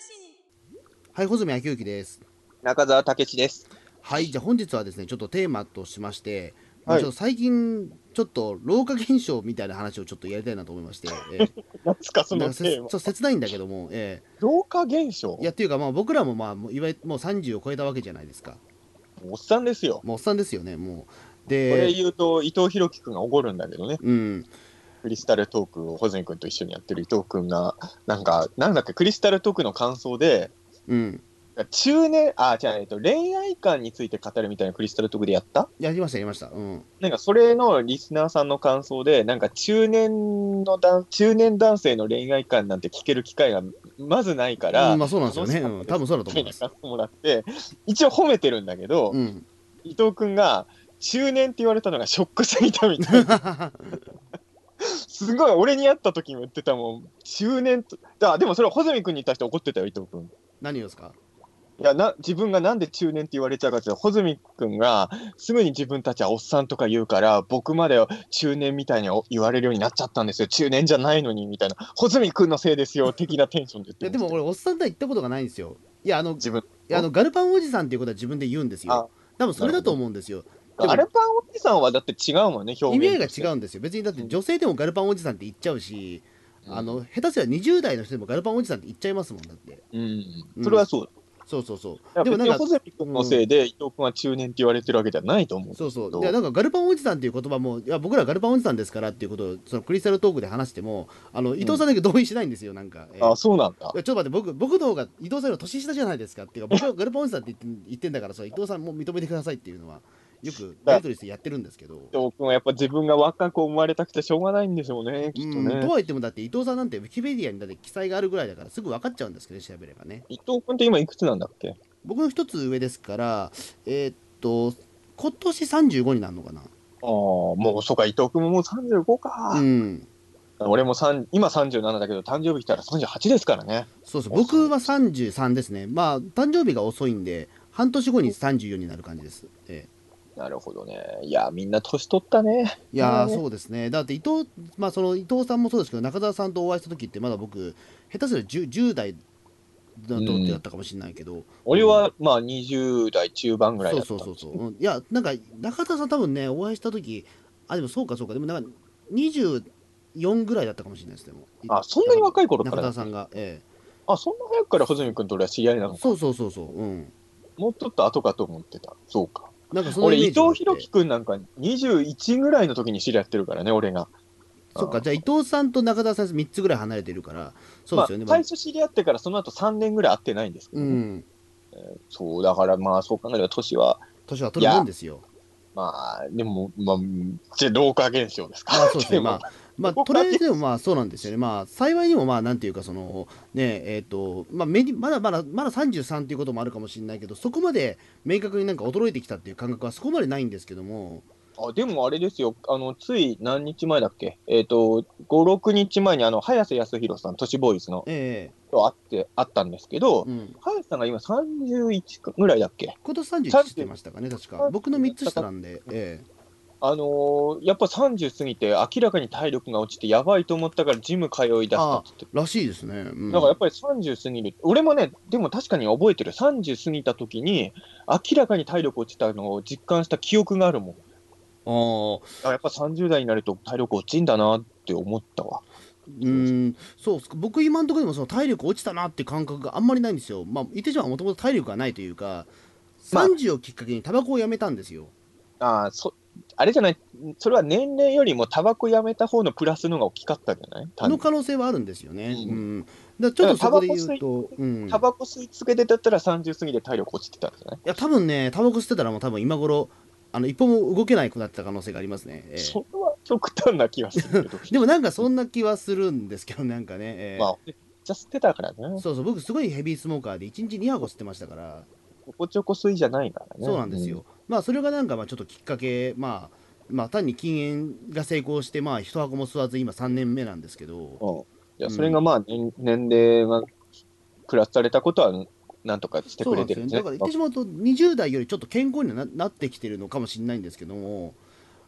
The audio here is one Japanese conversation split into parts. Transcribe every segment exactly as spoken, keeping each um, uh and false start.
はい、穂積昭之です。 中澤武史です。 はい、じゃあ本日はですね、ちょっとテーマとしまして、まあ、 はい。 ちょっと最近、ちょっと老化現象みたいな話をちょっとやりたいなと思いまして、え何ですか、そー、なんのかせちょっテーマ。 と切ないんだけども、え老化現ー、いや、 象。 っていうか、まあ僕らもまあ、もういわゆるもうさんじゅうを超えたわけじゃないですか。 おっさんですよ。 もうおっさんですよね、もう。 それで、 言うと、伊藤博樹くんが怒るんだけどね。 うん、 クリスタルトークを穂積くんと一緒にやってる伊藤くんが、なんか、なんだっけ、クリスタルトークの感想で、 うん、 中年、あ、違う、えっと、恋愛観について語るみたいなクリスタルトークでやった。 やりました、やりました。うん。 なんか、それのリスナーさんの感想で、なんか、中年の男、中年男性の恋愛観なんて聞ける機会がまずないかうん、 ら、 まあそうなんですよね。 楽しかっうん、 たです。 多分そうだとみ思います。 たいな感想もらって、一応褒めてるんだけど、 うん。 伊藤君が中年って言われたのがショックすぎたみたいで、すごい俺に会った時も言ってたもん、中年と、あ、でもそれは穂積君に対して怒ってたよ、伊藤君。 何をですか？ いやな、自分がなんで中年って言われちゃうかっていうと、穂積君がすぐに自分たちはおっさんとか言うから、僕まで中年みたいに言われるようになっちゃったんですよ。中年じゃないのに、みたいな。穂積君のせいですよ、的なテンションで言っいや、でも俺、 てましたよ。 おっさんとは言ったことがないんですよ。いや、あの、い自分や、あの、 の。 ガルパンおじさんっていうことは自分で言うんですよ。 あ、 多分それだとなるほど。 思うんですよ。でも、 アルパンおじさんはだって違うもんね、 意味合いが表現として。 違うんですよ。別にだってうん。 女性でもガルパンおじさんって言っちゃうし、あの、 うん。 下手すりゃにじゅう代の人でもガルパンおじさんって言っちゃいますもんだって。 うん。 うん。 それはそうだ。 そうそうそう。 いや、別にでもなんか、 穂積君のうん。 せいで伊藤君は中年って言われてるわけじゃないと思うんでそうそう。いや、 すけど。 なんかガルパンおじさんっていう言葉も、いや、僕らガルパンおじさんですからっていうことを、そのクリスタルトークで話しても、あの、伊うん。 藤さんだけ同意しないんですよ、なんか。えあ、そうなんだ。 ーいやちょっと待って、僕、僕の方が伊藤さんより年下じゃないですかっていうか、僕はガルパンおじさんって言って言ってんだから、そう、伊藤さんも認めてくださいっていうのは、よくやりだとりしてやってるんですけど、 伊藤君はやっぱ自分が若く思われたくてしょうがないんでしょうね、きっとうん、とね。 は言ってもだって伊藤さんなんてウィキペディアにだって記載があるぐらいだからすぐ分かっちゃうんですけどね、調べればね。 伊藤君って今いくつなんだっけ？ 僕の一つ上ですから、えーっと、今年さんじゅうごになるのかな。 ああ、もうそうか、伊藤君ももうさんじゅうごか。 うん。 俺もさん今さんじゅうななだけど、誕生日来たらさんじゅうはちですからね。 そうそう、 遅い。 僕はさんじゅうさんですね。まあ、誕生日が遅いんで、半年後にさんじゅうよんになる感じです。ええなるほどね。いや、みんな年取ったね。 いやー、 まだね。 そうですね。だって伊藤、まあ、その伊藤さんもそうですけど、中澤さんとお会いした時って、まだ僕、下手すると 10, じゅう代の時だうん。 ったかもしれないけど、うん、 俺はまあにじゅう代中盤ぐらいそうだっそうそうそう、 たんですね。 うん、いや、なんか、中田さん多分ね、お会いした時あ、でもそうかそうか、でもなんか、にじゅうよんぐらいだったかもしれないです、でも。いあ、そんなに中若い頃からだっけ？ 中田さんが、えあ、そんな早くから穂積君と俺は知り合いなえのか。 そうそうそうそう、うん。 もうちょっと後かと思ってた。そうか。 なんかそのイ俺、 メージがあ伊藤博って、 樹くんなんかにじゅういちぐらいの時に知り合ってるからね、俺が。 そっか、じゃあ伊あ藤さんと中田さんみっつぐらい離れてるから、そうまあ、 ですよね、まあ、 最初知り合ってからその後さんねんぐらい会ってないんですけどね。 うん、 そう、だからまあ、そう考えれば年は、 年は取るもんいや、 ですよ。 まあ、でも、まあ、じゃあ老化現象ですか。 まあそうですね、 でも、 まあ、まあ、とりあえ老化現ずでもまあそうなんですよね、まあ、幸いにもまあ、なんていうか、その、ね、えっ、と、まあ、目にまだまだ、まださんじゅうさんっていうこともあるかもしれないけど、そこまで明確になんか衰えてきたっていう感覚はそこまでないんですけども、 あ、でもあれですよ、あの、つい何日前だっけ？えっと、ご、ろくにちまえに、あの、早瀬康弘さん、都市ボーイズの、 ええと会って、会ったんですけど、 うん。 早瀬さんが今さんじゅういちぐらいだっけ？ 今年さんじゅういちって言ってさんじゅう、 ましたかね、確か。僕の3つさんじゅうだったか。 下なんで、ええあのーやっぱさんじゅう過ぎて明らかに体力が落ちてやばいと思ったからジム通い出したああ、 って言って。 らしいですね。うだからやっん。 ぱりさんじゅう過ぎる。俺もね、でも確かに覚えてる。さんじゅう過ぎた時に明らかに体力落ちたのを実感した記憶があるもん。 ああ、 あ、やっぱさんじゅう代になると体力落ちんだなって思ったわ。 うそうそーん、そうっすか、僕今のところでもその体力落ちたなって感覚があんまりないんですよ。まあ、言ってしまえばもともと体力がないというか、 う。まあ、 さんじゅうをきっかけにタバコをやめたんですよ。 あーそ、あれじゃない、それは年齢よりもタバコやめた方のプラスのが大きかったんじゃない単に。 の可能性はあるんですよね。ううん。 ん。だからちょっだからタとそこでバコ吸い、 言うと、うん。 タバコ吸い続けてだったらさんじゅう過ぎで体力落ちてたんじゃない？ いや、多分ね、タバコ吸ってたらもう多分今頃、あの、一歩も動けなくなってた可能性がありますね。えそれは極端な気がするけど。 えでもなんかそんな気はするんですけど、なんかね、ええまあ、めっちゃ吸ってたからね。 そうそう、僕すごいヘビースモーカーでいちにちに箱吸ってましたから、 おこちょこ吸いじゃないからそうね。うん。 なんですよ。まあ、それがなんかまあちょっときっかけ、まあ、まあ、単に禁煙が成功して、まあ、一箱も吸わず、今さんねんめなんですけど、 うん。いや、それがうん、 まあ、年、年齢がプラスされたことは、なんとかしてくそうなんですよね。 れてるんですね。 だから言ってしまうと、にじゅう代よりちょっと健康にはななってきてるのかもしれないんですけども、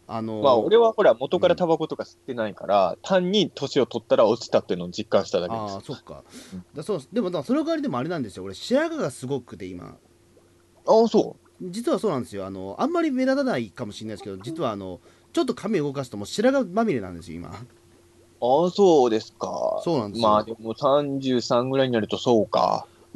あのまあ、俺はほら、元からうんタバコとか吸ってないから、単に年を取ったら落ちたっていうのを実感しただけでああ、 す。 そっか。 うんだそうでも、だからその代わりでもあれなんですよ。俺、白髪がすごくて、今。 ああ、そ実はそうなんですよ。あの、あんまり目立たないかもしれないですけど、実はあの、ちょっと髪動かすともう白髪まみれなんですよ、今。 う。ああ、そうですか。 そうなんですよ。 まあ、でもさんじゅうさんぐらいになるとそうか。 うん。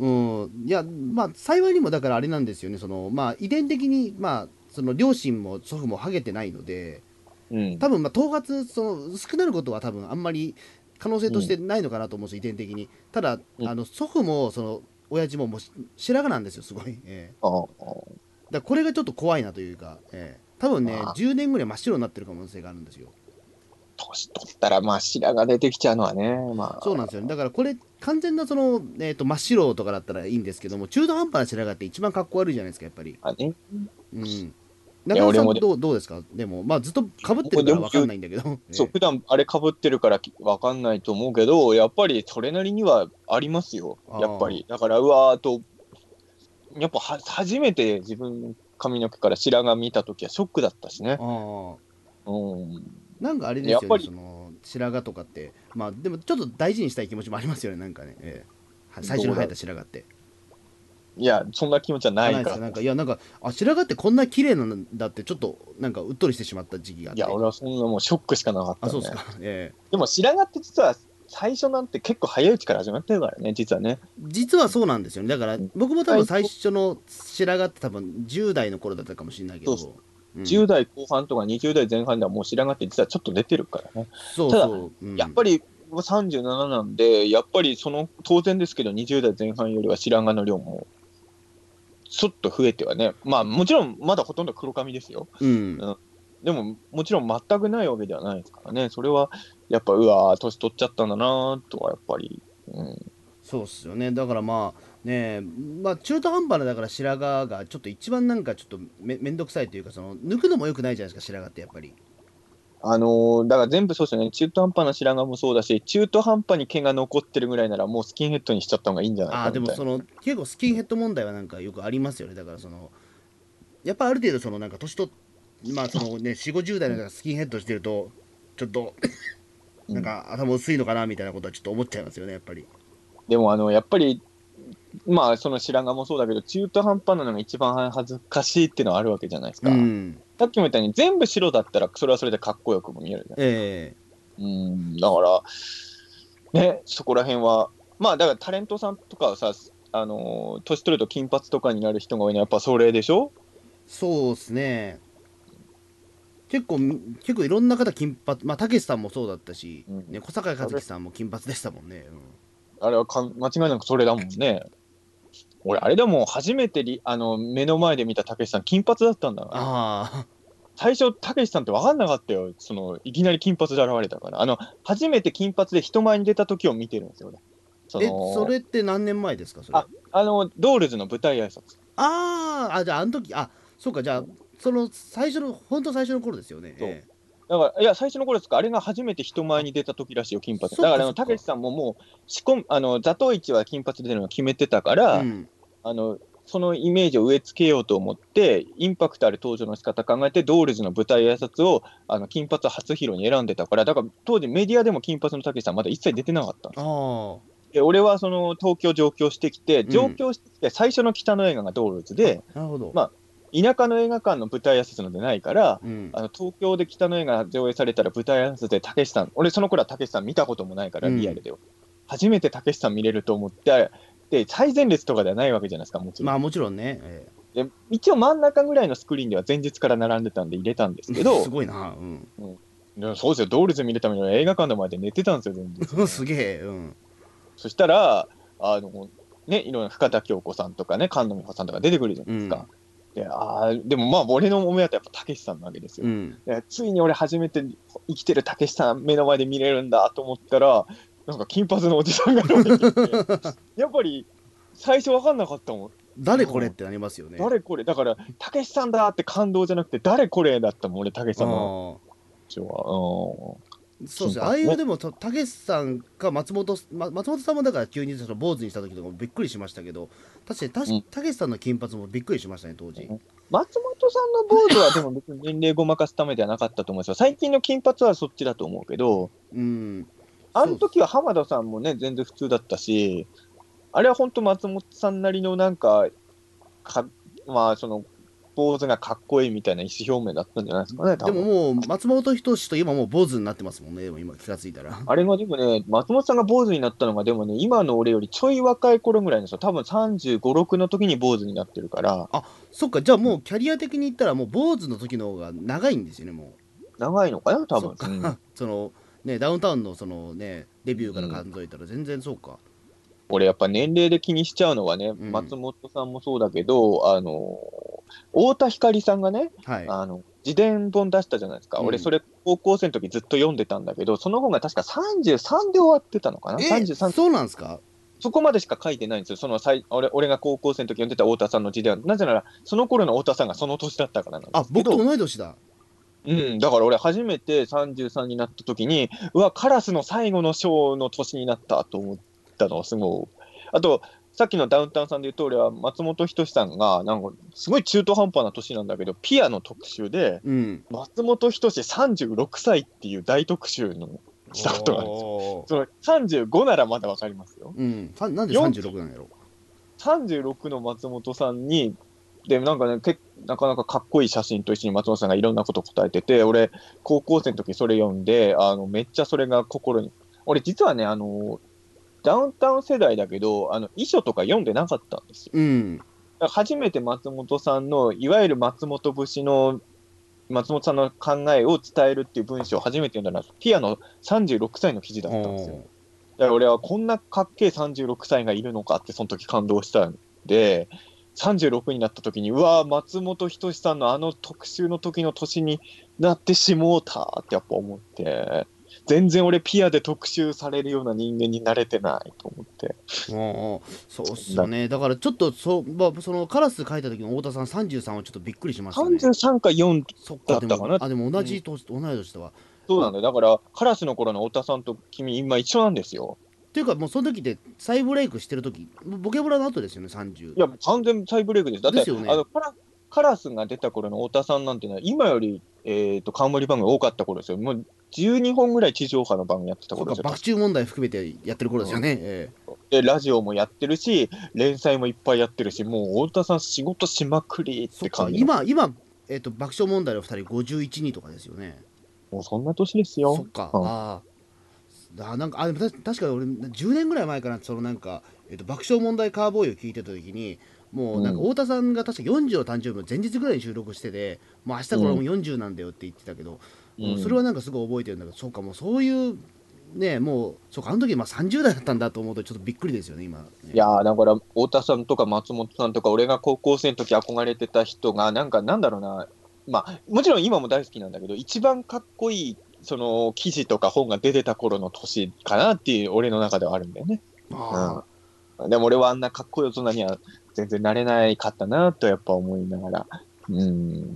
いや、まあ、幸いにもだからあれなんですよね。その、まあ、遺伝的に、まあ、その両親も祖父もハゲてないので、 うん。 多分、まあ、頭髪、その、薄くなることは多分あんまり可能性としうん。 てないのかなと思うんですよ、遺伝的に。ただ、 うん。 あの、祖父も、その、親父ももうし白髪なんですよ、すごい。ええああ、 だからこれがちょっと怖いなというか、ええ多分ね、 まあ、 じゅうねんぐらい真っ白になってる可能性があるんですよ。 年取ったら、まあ、白が出てきちゃうのはね、まあ、 そうなんですよね。だからこれ、完全なその、えー、と真っ白とかだったらいいんですけども、中途半端な白髪って一番かっこ悪いじゃないですか、やっぱり。 あね。 うん。 いや、 中田さん、 俺もで、 どうどうですか？でも、まあ、ずっとかぶってるから分かんでもじゅうないんだけど、 そう、 え普段あれ被ってるからきわかんないと思うけど、やっぱりそれなりにはありますよ。 えあやっぱり。だから、うわーと、やっぱは初めて自分髪の毛から白髪見たときはショックだったしね。 あ、ああ。 うん。 なんかあれですよね、 やっぱり、 その白髪とかって、まあ、でもちょっと大事にしたい気持ちもありますよね、なんかね、ええは最初に生えたどうだろ白髪って。 う。いや、そんな気持ちはなあ、ないですか？ いから。 なんか、いや、なんか、あ、白髪ってこんな綺麗なんだって、ちょっと、なんか、うっとりしてしまった時期があっいや、 て。 俺はそんなもうショックしかなかっあ、 たね。 そうですか。ええでも白髪って実は最初なんて結構早いうちから始まってるからね、実はね。 実はそうなんですよね。だから、 うん僕も多分最最初、 初の白髪って多分じゅう代の頃だったかもしれないけそうど、うじゅうん。 代後半とかにじゅう代前半ではもう白髪って実はちょっと出てるからね。ただ、 そうそう、うん。 やっぱり僕さんじゅうなななんで、やっぱりその当然ですけどにじゅう代前半よりは白髪の量もちょっと増えてはね、まあもちろんまだほとんど黒髪ですよ。 うん。 うん、でももちろん全くないわけではないですからね。それはやっぱうわー、年取っちゃったんだなとはやっぱり。うん、 そうっすよね。だからまあ、ねえ、まあ中途半端なだから白髪がちょっと一番なんかちょっとめめんどくさいというか、その抜くのも良くないじゃないですか、白髪ってやっぱり。 あのーだから全部そうですよね。中途半端な白髪もそうだし、中途半端に毛が残ってるぐらいならもうスキンヘッドにしちゃった方がいいんじゃないああ、でかみたいな。 もその結構スキンヘッド問題はなんかよくありますよね。だからその、やっぱある程度そのなんか年と、まあそのね、よんじゅう、ごじゅう代の人がスキンヘッドしてると、ちょっとなんうん、 か頭薄いのかなみたいなことはちょっと思っちゃいますよね、やっぱり。 でもあの、やっぱり、まあその白髪もそうだけど、中途半端なのが一番恥ずかしいっていうのはあるわけじゃないですうか。 ん。 さっきも言ったように全部白だったらそれはそれでかっこよくも見えるじゃないですか。 ええうん、だから、ね、そこら辺は、まあだからタレントさんとかはさ、あのー年取ると金髪とかになる人が多いのはやっぱそれでしょ？ そうですね。結構、結構いろんな方金髪、まあ、たけしさんもそうだったし、 うん。 ね、小坂井あれ、 和樹さんも金髪でしたもんね。うん、 あれはか間違いなくそれだもんね。俺、あれでも初めてりあの目の前で見たたけしさん、金髪だったんだから。 ああ、 最初、たけしさんって分かんなかったよ。その、いきなり金髪で現れたから。あの、初めて金髪で人前に出た時を見てるんですよ、俺。そえ、その、 れって何年前ですか、それ。 あ、あの、ドールズの舞台挨拶。 あーあ、じゃあ、あの時、あ、そうか、じゃあ、その最初の、本当最初の頃ですよね。 そう。 ええだから、いや、最初の頃ですか、あれが初めて人前に出た時らしいよ、金髪。 そっだから、あの、 かそっか。 たけしさんももう、仕込む、あの、ザトウイチは金髪で出るの決めてたから、 うん。 あの、そのイメージを植え付けようと思って、インパクトある登場の仕方考えて、ドールズの舞台挨拶をあの金髪初披露に選んでたから、だから当時メディアでも金髪のたけしさんまだ一切出てなかったんですよ。 ああ、 で、俺はその東京上京してきて、上うん。 京してきて最初の北の映画がドールズあ、 で、 なるほど。 まあ、田舎の映画館の舞台挨拶のでないから、 うん。 あの東京で北の映画が上映されたら舞台挨拶でたけしさん、俺その頃はたけしさん見たこともないから、リアうん。 ルでは。初めてたけしさん見れると思って、で、最前列とかではないわけじゃないですか、もちろん。 まあ、もちろんね。えで、一応真ん中ぐらいのスクリーンでは前日から並んでたんで入れたんですえけすど、 ごいな。うん。 うん、でもそうですよ、ドールズ見るためには映画館の前で寝てたんですよ、前日すね。 げえ。うん。 そしたら、あの、ね、いろんな深田恭子さんとかね、菅野美穂さんとか出てくるじゃないですか。 うん。 で、あーでもまあ、俺のお目当てはやっぱたけしさんなわけですよ。 うん。 でついに俺初めて生きてるたけしさん目の前で見れるんだと思ったら、なんか金髪のおじさんが出てきて、やっぱり最初分かんなかったもん。うん、 誰これってなりますよね。 誰これだから、たけしさんだって感動じゃなくて、誰これだったもん、俺、たけしさんのああ。 人は。うん、 そうですね。あ金髪ね。 あいうでも、たたけしさんか松本、ま、松本さんもだから急にその坊主にした時とかもびっくりしましたけど、確かにたうん、 したけしさんの金髪もびっくりしましたね、当時。 松本さんの坊主はでも別に年齢ごまかすためではなかったと思うんですよ。最近の金髪はそっちだと思うけど、 うん、 あそう、 の時は浜田さんもね、全然普通だったし、あれは本当松本さんなりのなんか、か、まあその、坊主がかっこいいみたいな意思表明だったんじゃないですかね、多分。 でももう松本人志と今もう坊主になってますもんね、でも今気がついたら。 あれがでもね、松本さんが坊主になったのがでもね、今の俺よりちょい若い頃ぐらいなんですよ。多分さんじゅうご、ろくの時に坊主になってるから、 あ、そっか、じゃあもうキャリア的に言ったらもう坊主の時の方が長いんですよね、も長いのかな、 う。 多分。うそっか。 ん。 そのね、ダウンタウンのそのね、デビューからうん。 数えたら全然そうか。 俺やっぱ年齢で気にしちゃうのはね、 うん。 松本さんもそうだけど、あの、太田光さんがね、 はい。 あの、自伝本出したじゃないですか。 うん。 俺それ高校生の時ずっと読んでたんだけど、その本が確かさんじゅうさんで終わってたのかな？ え、 さんじゅうさん、 そうなんですか？ そこまでしか書いてないんですよ。その最俺、俺が高校生の時読んでた太田さんの自伝は。なぜなら、その頃の太田さんがその年だったからなんであ、僕とすけど、 同い年だ。 うん、だから俺初めてさんじゅうさんになった時に、うわ、カラスの最後のショーの年になったと思ったのはすごい。あと、さっきのダウンタウンさんで言うと、俺は松本人志さんが、なんか、すごい中途半端な年なんだけど、ピアの特集で、 うん。 松本人志さんじゅうろくさいっていう大特集のしたことがあるんですよ。 おー。 そのさんじゅうごならまだわかりますよ。 うん。さなんでよんじゅう、 さんじゅうろくなんやろ？ さんじゅうろくの松本さんに、で、なんかね、けなかなかかっこいい写真と一緒に松本さんがいろんなこと答えてて、俺、高校生の時それ読んで、あの、めっちゃそれが心に、俺実はね、あの、ダウンタウン世代だけど、あの、遺書とか読んでなかったんですよ。 うん。 だから初めて松本さんの、いわゆる松本節の、松本さんの考えを伝えるっていう文章を初めて読んだのは、ピアのさんじゅうろくさいの記事だおったんですよ。 ー。 だから俺はこんなかっけえさんじゅうろくさいがいるのかってその時感動したんで、さんじゅうろくになった時に、うわー松本人志さんのあの特集の時の年になってしもうたってやっぱ思って、全然俺ピアで特集されるような人間になれてないと思って。 おー、そうっそんなすよね。だからちょっとそう、まあ、そのカラス書いた時の太田さんさんじゅうさんはちょっとびっくりしましたね。 さんじゅうさんかよんそっか、でも、 だったかな。 あ、でも同うん、 じ年、同い年だわ。 そうなんだよ。だから、カラスの頃の太田さんと君今一緒なんですよ。 っていうか、もうその時って再ブレイクしてる時、ボキャブラの後ですよね、さんじゅう。 いや、完全再ブレイクです。だって、 ですよね。 あの、カラ、カラスが出た頃の太田さんなんてのは、今より、えっと、冠番組多かった頃ですよ。もうじゅうにほんぐらい地上波の番組やってたそっか、 頃ですよ、確か。 爆注問題含めてやってる頃ですようん。 ね。えで、ラジオもやってるし、連載もいっぱいやってるし、もう太田さん仕事しまくりっーそっか、 て感じの。 今、今、えっ、と、爆笑問題のふたりごじゅういちにとかですよね。 もうそんな年ですよ。 そっか、 うん。 あーあ、なんか、あ、でもた確かに俺、じゅうねんぐらい前かな、そのなんか、えっ、と、爆笑問題カーボーイを聞いてた時に、もうなんかうん。 太田さんが確かよんじゅうの誕生日の前日ぐらいに収録してて、もう明日から俺もうん。 よんじゅうなんだよって言ってたけど、うん、それうん。 はなんかすごい覚えてるんだけど、そうか、もうそういうね、もう、そうか、あの時まあさんじゅう代だったんだと思うと、ちょっとびっくりですよね、今、ね。 いやー、だから、太田さんとか松本さんとか、俺が高校生の時憧れてた人が、なんか、なんだろうな、まあ、もちろん今も大好きなんだけど、一番かっこいい、その、記事とか本が出てた頃の年かなっていう、俺の中ではあるんだよね。 ああ、 うん。でも俺はあんなかっこいい大人には全然なれないかったな、とやっぱ思いながら。うん。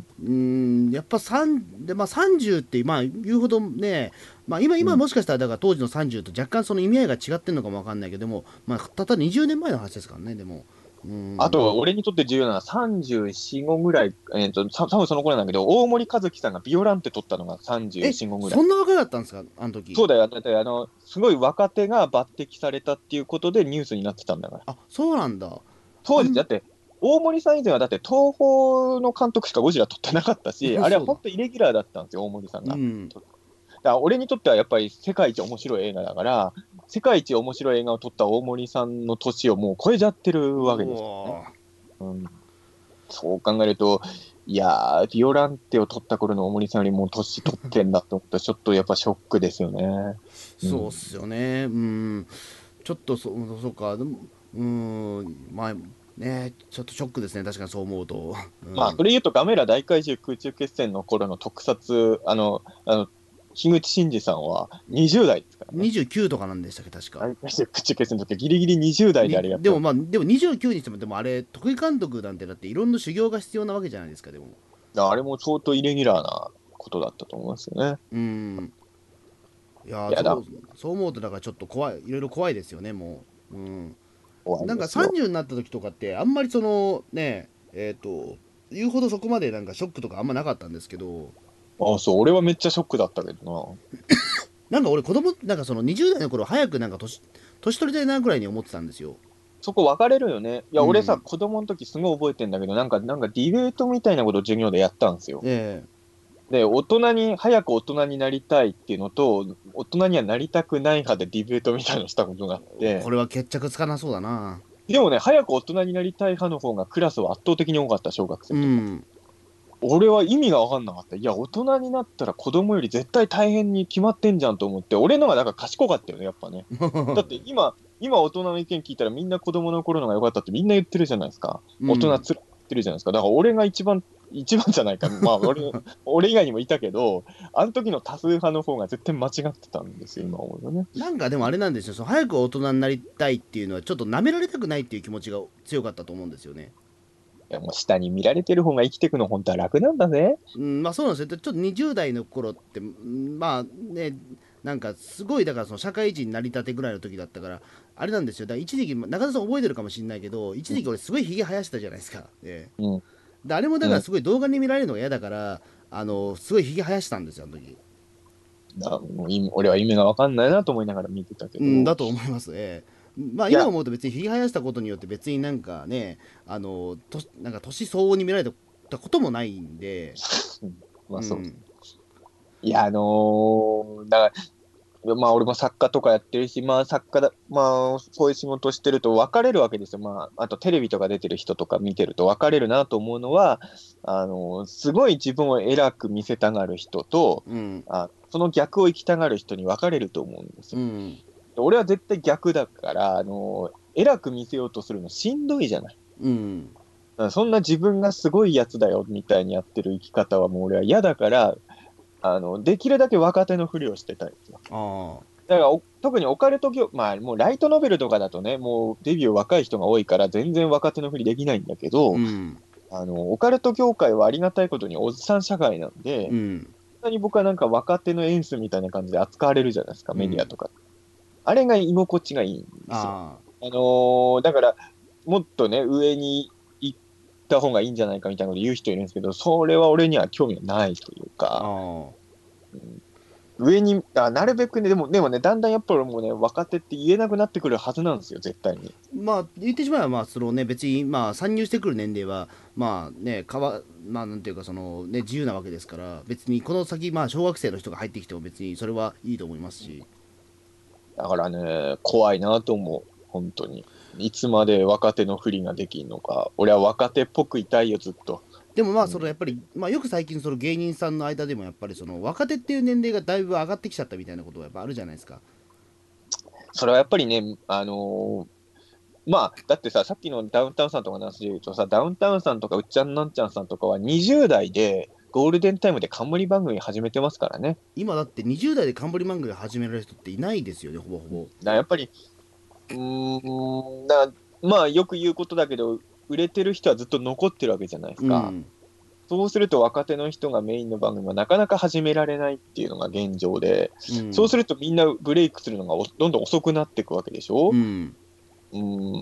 うーん、やっぱさんで、まあ、さんじゅうってまあ言うほどね、まあ、今今うん。 もしかしたらだから当時のさんじゅうと若干その意味合いが違ってるのかもわかんないけど、でも、まあ、たったにじゅうねんまえの話ですからね。でもうーん。 あと、俺にとって重要なのはさんじゅうよん、ごぐらい、えっと、た多分その頃なんだけど、大森和樹さんがビオランテ取ったのがえ、 さんじゅうよん、ごぐらい。 そんな若かったんですか、あの時？ そうだよ。だってあの、すごい若手が抜擢されたっていうことでニュースになってたんだから。 あ、そうなんだ。あ当時、だんって、大森さん以前はだって東宝の監督しかゴジラ撮ってなかったし、あれはそうだ。 本当イレギュラーだったんですよ、大森さんが。 うん。 だから俺にとってはやっぱり世界一面白い映画だから、世界一面白い映画を撮った大森さんの年をもう超えちゃってるわけうですよね。 わうん、そう考えると、いやー、ビオランテを撮った頃の大森さんよりも年取ってんだと思ったら、ちょっとやっぱショックですよね。うん。 そうっすよね。うん。ちょっとそ、そうか。でもうーん。まあ、ね、ちょっとショックですね。確かにそう思うと。うまあ、 ん。 それ言うとガメラ大怪獣空中決戦の頃の特撮、あの、あの、樋口真嗣さんはにじゅう代ですからね。 にじゅうきゅうとかなんでしたっけ、確か。 大怪獣空中決戦の時はギリギリにじゅう代であにれやった。 でもまあ、でもにじゅうきゅうにしても、でもあれ、得意監督なんてだっていろんな修行が必要なわけじゃないですか、でも。 あれも相当イレギュラーなことだったと思いますよね。 うーん。いやー、 いやだ、 そう、そう思うと、だからちょっと怖い、いろいろ怖いですよね、もう。うん。 怖いなんかですよ。 さんじゅうになった時とかって、あんまりその、ね、えっ、と、 言うほどそこまでなんかショックとかあんまなかったんですけど、 ああ、そう、俺はめっちゃショックだったけどなんか俺子供なんかそのにじゅう代の頃早くなんか年年取りたいなぐらいに思ってたんですよ。 な。そこ分かれるよね。いや、俺さ、 うん。 子供の時すごい覚えてんだけど、なんか、なんかディベートみたいなことを授業でやったんですよ。 えで、大人に、早く大人になりたいっていうのと、大人にはなりたくない派でディベートみたいなのしたことがあっえ、こて、 れは決着つかなそうだな。 でもね、早く大人になりたい派の方がクラスは圧倒的に多かった、小学生うの時は。 ん。 俺は意味が分かんなかった。いや、大人になったら子供より絶対大変に決まってんじゃんと思って、俺のがだから賢かったよね、やっぱね。だって今、今大人の意見聞いたらみんな子供の頃のが良かったってみんな言ってるじゃないですか。大人つらいって言ってるじゃないですか。だから俺が一番、一番じゃないか。まあ俺、俺以外にもいたけど、あの時の多数派の方が絶対間違ってたんですよ、今思うよね。 なんかでもあれなんですよ、その早く大人になりたいっていうのはちょっと舐められたくないっていう気持ちが強かったと思うんですよね。 いや、もう下に見られてる方が生きていくの本当は楽なんだぜ。 うん、まあそうなんですよ。ちょっとにじゅう代の頃って、うんまあね、なんかすごい、だからその社会人になりたてぐらいの時だったから、あれなんですよ。だから一時期、中田さん覚えてるかもしれないけど、一時期俺すごいひげ生やしてたじゃないですか。ええ、 うん。 であれもだうん。 からすごい動画に見られるのが嫌だから、あの、すごいひげ生やしたんですよ、あの時。 だもう意味俺は意味が分かんないなと思いながら見てたけうん、 ど。 だと思います。ええ、まあいや、 今思うと別にひげ生やしたことによって別になんかね、あの、となんか年相応に見られたこともないんで、 うんまあそう。 うん、 いや、あのーだから、まあ俺も作家とかやってるし、まあ作家だ、まあそういう仕事してると分かれるわけですよ。まあ、あとテレビとか出てる人とか見てると分かれるなと思うのは、あのーすごい自分を偉く見せたがる人と、 うん、 あ、その逆を生きたがる人に分かれると思うんですよ。 うん、 俺は絶対逆だから、あのー偉く見せようとするのしんどいじゃない。 うん。 だからそんな自分がすごいやつだよみたいにやってる生き方はもう俺は嫌だから、あの、できるだけ若手のふりをしてたいんですよ。 ああ、 だからお、特にオカルト業、まあ、もうライトノベルとかだとね、もうデビュー若い人が多いから、全然若手のふりできないんだけど、 うん、 あの、オカルト業界はありがたいことにおっさん社会なんで、 うん、 そんなに僕はなんか若手のエースみたいな感じで扱われるじゃないですか、 うん。 メディアとか。あれが居心地がいいんですよ。 ああ、 あのーだから、もっとね、上に行った方がいいんじゃないかみたいなこと言う人いるんですけど、それは俺には興味がないというあか、 あ。 うん上に、あ、なるべくね、でも、でもね、だんだんやっぱりもうね、若手って言えなくなってくるはずなんですよ、絶対に。 まあ、言ってしまえば、まあ、そのね、別に、まあ、参入してくる年齢は、まあね、かわ、まあ、なんていうか、その、ね、自由なわけですから、別に、この先、まあ、小学生の人が入ってきても、別に、それはいいと思いますし。 だからね、怖いなと思う、本当に。いつまで若手の不利ができんのか。俺は若手っぽくいたいよ、ずっと。 でも、まあ、その、 うん、 やっぱり、まあ、よく最近、その芸人さんの間でも、やっぱり、その、若手っていう年齢がだいぶ上がってきちゃったみたいなことは、やっぱあるじゃないですか。 それはやっぱりね、あのーまあ、だってさ、さっきのダウンタウンさんとかの話で言うとさ、ダウンタウンさんとかうっちゃんなんちゃんさんとかはにじゅう代でゴールデンタイムで冠番組始めてますからね。 今、だって、にじゅう代で冠番組始められる人っていないですよね、ほぼほぼ。 うん、だからやっぱり、うーん、だまあよく言うことだけど、売れてる人はずっと残ってるわけじゃないですか。 うん、 そうすると若手の人がメインの番組はなかなか始められないっていうのが現状で、 うん、 そうするとみんなブレイクするのがおどんどん遅くなっていくわけでしょ。 うん。 うん、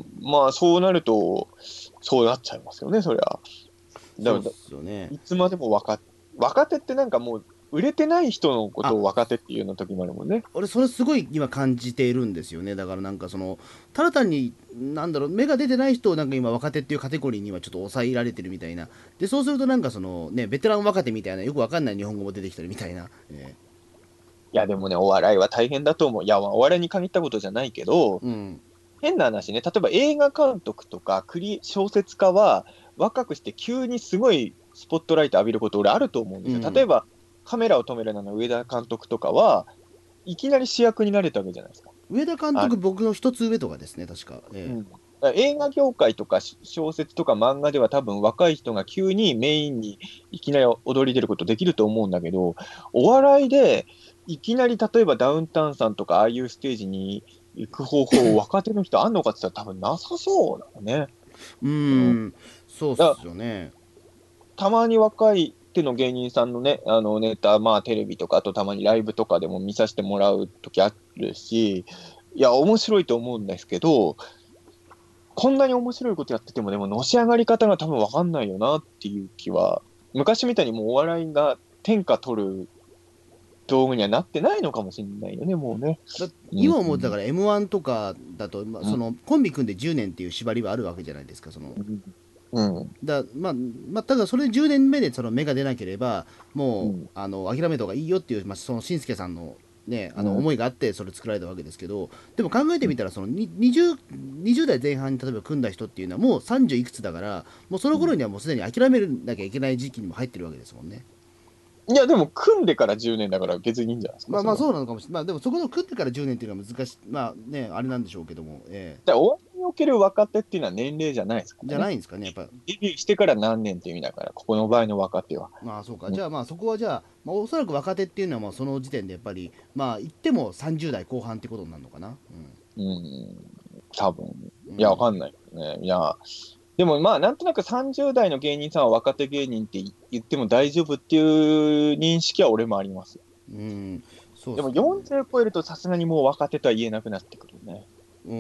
まあそうなると、そうなっちゃいますよね、そりゃ。だそうっからすよね。 いつまでも若、若手ってなんかもう、売れてない人のこあ、 とを若手っていうの時もあるもんね。 俺それすごい今感じているんですよね。だからなんかそのただ単になんだろう、目が出てない人をなんか今若手っていうカテゴリーにはちょっと抑えられてるみたいな。でそうするとなんかそのねベテラン若手みたいなよくわかんない日本語も出てきたりみたいな、えいやでもね、お笑いは大変だと思う。いや、まあお笑いに限ったことじゃないけど、 ー、うん変な話ね、例えば映画監督とかクリ小説家は若くして急にすごいスポットライト浴びること俺あると思うんですよ。例えうん。 ばカメラを止めるなの上田監督とかはいきなり主役になれたわけじゃないですか。 上田監あ、 督僕の一つ上とかですね確か、えうん。だから映画業界とかし小説とか漫画では多分若い人が急にメインにいきなり踊り出ることできると思うんだけど、お笑いでいきなり例えばダウンタウンさんとかああいうステージに行く方法を若手の人あんのかって言ったら多分なさそうだよね。 ー、ううん。 ーん、そうっだからすよね。 たまに若い手の芸人さんのね、あのネタ、まあテレビとか、あとたまにライブとかでも見させてもらうときあるし、いや、面白いと思うんですけど、 こんなに面白いことやってても、でものし上がり方が多分わかんないよなっていう気は、昔みたいにもうお笑いが天下取る道具にはなってないのかもしれないよね、もうね。 だ今思うとだから エムワン とかだと、まあ、 うんそのコンビ組んでじゅうねんっていう縛りはあるわけじゃないですか。そのうんうんだまあ、まあ、ただそれじゅうねんめでその芽が出なければもう、 うんあの諦めた方がいいよっていう、まあ、そのしんすけさんの、ね、あのうん思いがあってそれ作られたわけですけど、でも考えてみたらそのに 20, にじゅう代前半に例えば組んだ人っていうのはもうさんじゅういくつだからもうその頃にはもうすでに諦めなきゃいけない時期にも入ってるわけですもんね。 いや、でも組んでからじゅうねんだから別にいいんじゃないですか。 まあまあそれはそうなのかもしれない。まあでもそこの組ってからじゅうねんっていうのは難しい。まあね、あれなんでしょうけども、えだからお笑いにおける若手っていうのは年齢じゃないですかえじらね。 ゃないんですかね、やっぱ。 デビューしてから何年っていう意味だから、ここの場合の若手は。 まあそうか。 うんじゃあまあそこはじゃあ、まあ、おそらく若手っていうのはもうその時点でやっぱり、まあ言ってもさんじゅう代後半ってことになるのかな。 うん、多分。 うん。 いや、わかんんないね。いや、でもまあ、なんとなくさんじゅう代の芸人さんは若手芸人って言っても大丈夫っていう認識は俺もあります。 うん、そうでもっすね。 よんじゅう超えるとさすがにもう若手とは言えなくなってくるね。 うん、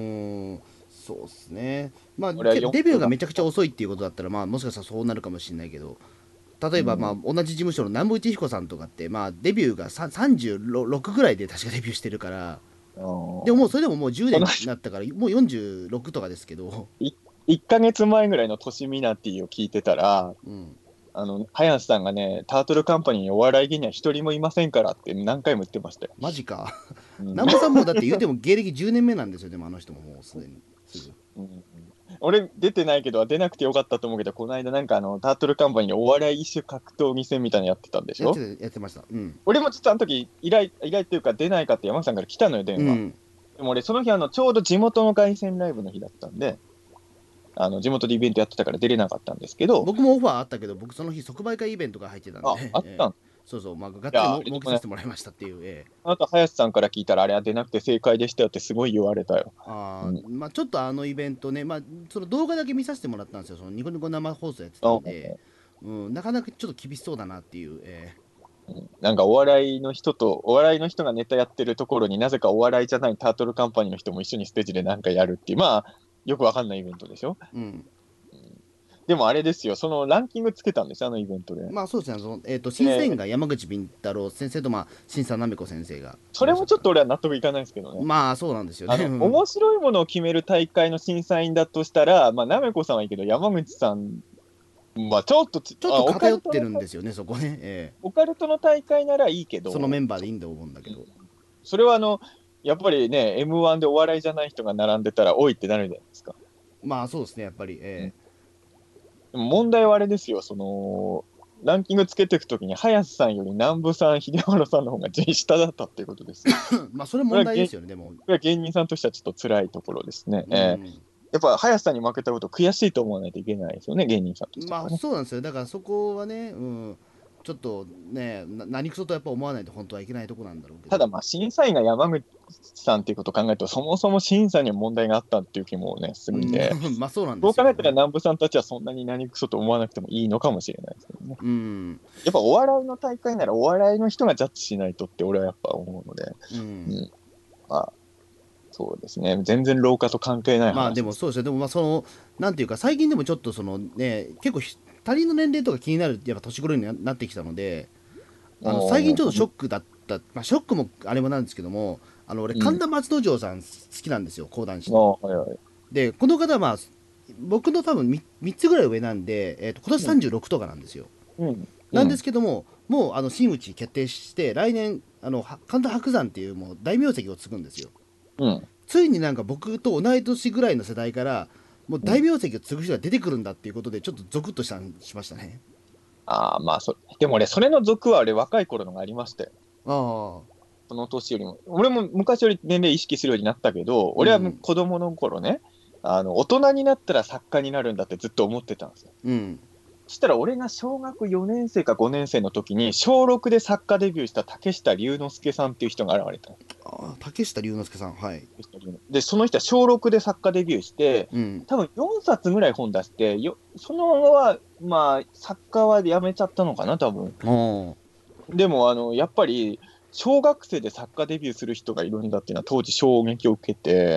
そうっすね。まあ俺はけどデビューがよんじゅうめちゃくちゃ遅いっていうことだったら、まあもしかしたらそうなるかもしれないけど、例えばまあうん同じ事務所の南部一彦さんとかって、まあデビューがささんじゅうろくぐらいで確かデビューしてるから、 あのでももうそれでももうじゅうねんこのになったから、もうよんじゅうろくとかですけど、 いいっかげつまえぐらいのトシミナティを聞いてたら、 うん、 あの、林さんがね、タートルカンパニーにお笑い芸人は一人もいませんからって何回も言ってましたよ。 マジか。 うん南部さんもだって言うても芸歴じゅうねんめなんですよ、でもあの人ももうすでに。すぐうん俺出てないけど出なくてよかったと思うけど、この間なんかあのタートルカンパニーでお笑い一種格闘技戦みたいなのやってたんでしょ。 やってたやってました。うん。 俺もちょっとあの時依頼依頼っていうか出ないかって山口さんから来たのよ、電話。 うん。 でも俺その日あのちょうど地元の凱旋ライブの日だったんで、あの地元でイベントやってたから出れなかったんですけど、 僕もオファーあったけど、僕その日即売会イベントが入ってたんで、 あ、あっえーたん。 そうそう、まあ、がっいや、 つりもあれでもね、 儲けさせてもらいましたっていう、えーあなた林さんから聞いたらあれは出なくて正解でしたよってすごい言われたよ。 あーうん。 まあ、ちょっとあのイベントね、まあ、その動画だけ見させてもらったんですよ、そのニコニコ生放送やってたんで、うん、なかなかちょっと厳しそうだなっていう、えうんなんかお笑いの人と、お笑いの人がネタやってるところになぜかお笑いじゃないタートルカンパニーの人も一緒にステージでなんかやるっていう、まあ、よくわかんないイベントでしょ。 ーうん、 でもあれですよ、そのランキングつけたんですよ、あのイベントで。 まあそうですね、そのえー、と審査員が山口敏太郎先生と、まあ、審査なめこ先生がそれもちょっとい俺は納得いかないんですけどね。 らっしゃったまあそうなんですよね。 あの、 うん面白いものを決める大会の審査員だとしたら、まあ、なめこさんはいいけど、山口さんはちょっとち、 ちょっあオカと偏ってルトのるんですよね、そこね、えオカルトの大会ならいいけーど、 そのメンバーでいいんだと思うんだけど、 それはあの、やっぱりね、エムワン でお笑いじゃない人が並んでたら、おいってなるじゃないですか。 まあそうですね、やっぱり、えでも問題はあれですよ、その、ランキングつけていくときに、林さんより南部さん、秀丸さんの方が順位下だったっていうことですよ。 ーまあそれ問題ですよね、でも。 これは芸人さんとしてはちょっと辛いところですね。 うんえーやっぱ林さんに負けたこと悔しいと思わないといけないですよね、芸人さんとしてまあはね。 そうなんですよ、だからそこはね、うん、ちょっとね、な何くそとやっぱ思わないと本当はいけないとこなんだろうけど、 ただまあ審査員が山口さんっていうことを考えると、そもそも審査には問題があったっていう気もね、するんで、 うんまあそうなんそうですよ、 考えたら南部さんたちはそんなに何クソと思わなくてもいいのかもしれないですけどね。 うん、 やっぱお笑いの大会ならお笑いの人がジャッジしないとって俺はやっぱ思うので、 うんうんまあ、そうですね、全然廊下と関係ない話まあでもそうですよ、でもまあその、なんていうか、最近でもちょっとそのね、結構ひ他人の年齢とか気になるやっぱ年頃にななってきたので、あの最近ちょっとショックだった、まあ、ショックもあれもなんですけども、あの俺、 うん神田松之丞さん好きなんですよ、講談師あの。 はいはい。 で、この方は、まあ、僕の多分 みみっつぐらい上なんで、えーと今年さんじゅうろくとかなんですよ。 うん。 なんですけども、もうあの真打ち決定して、来年、あのは神田伯山っていうもう大名跡を継ぐんですよ。 うん。 ついになんか僕と同い年ぐらいの世代から、もう大名跡を継ぐ人が出てくるんだっていうことで、ちょっとゾクッとしたしましたね。 ああ、まあそ、でも俺、それの族は俺、若い頃のがありましたよ。 ああ、 その年よりも。俺も昔より年齢意識するようになったけど、俺は子供の頃ね、あの、大人になったら作家になるんだってずっと思ってたんですよ。 うん。 そしたら俺が小学よねん生かごねん生の時に、小ろくで作家デビューした竹下龍之介さんっていう人が現れたの。 ああ、竹下龍之介さん、はい。 で、その人は小ろくで作家デビューして、 うん。 多分よんさつぐらい本出してよ、その後は、まあ、作家はやめちゃったのかな、多分。 あでも、あの、やっぱり、小学生で作家デビューする人がいるんだっていうのは当時衝撃を受けて、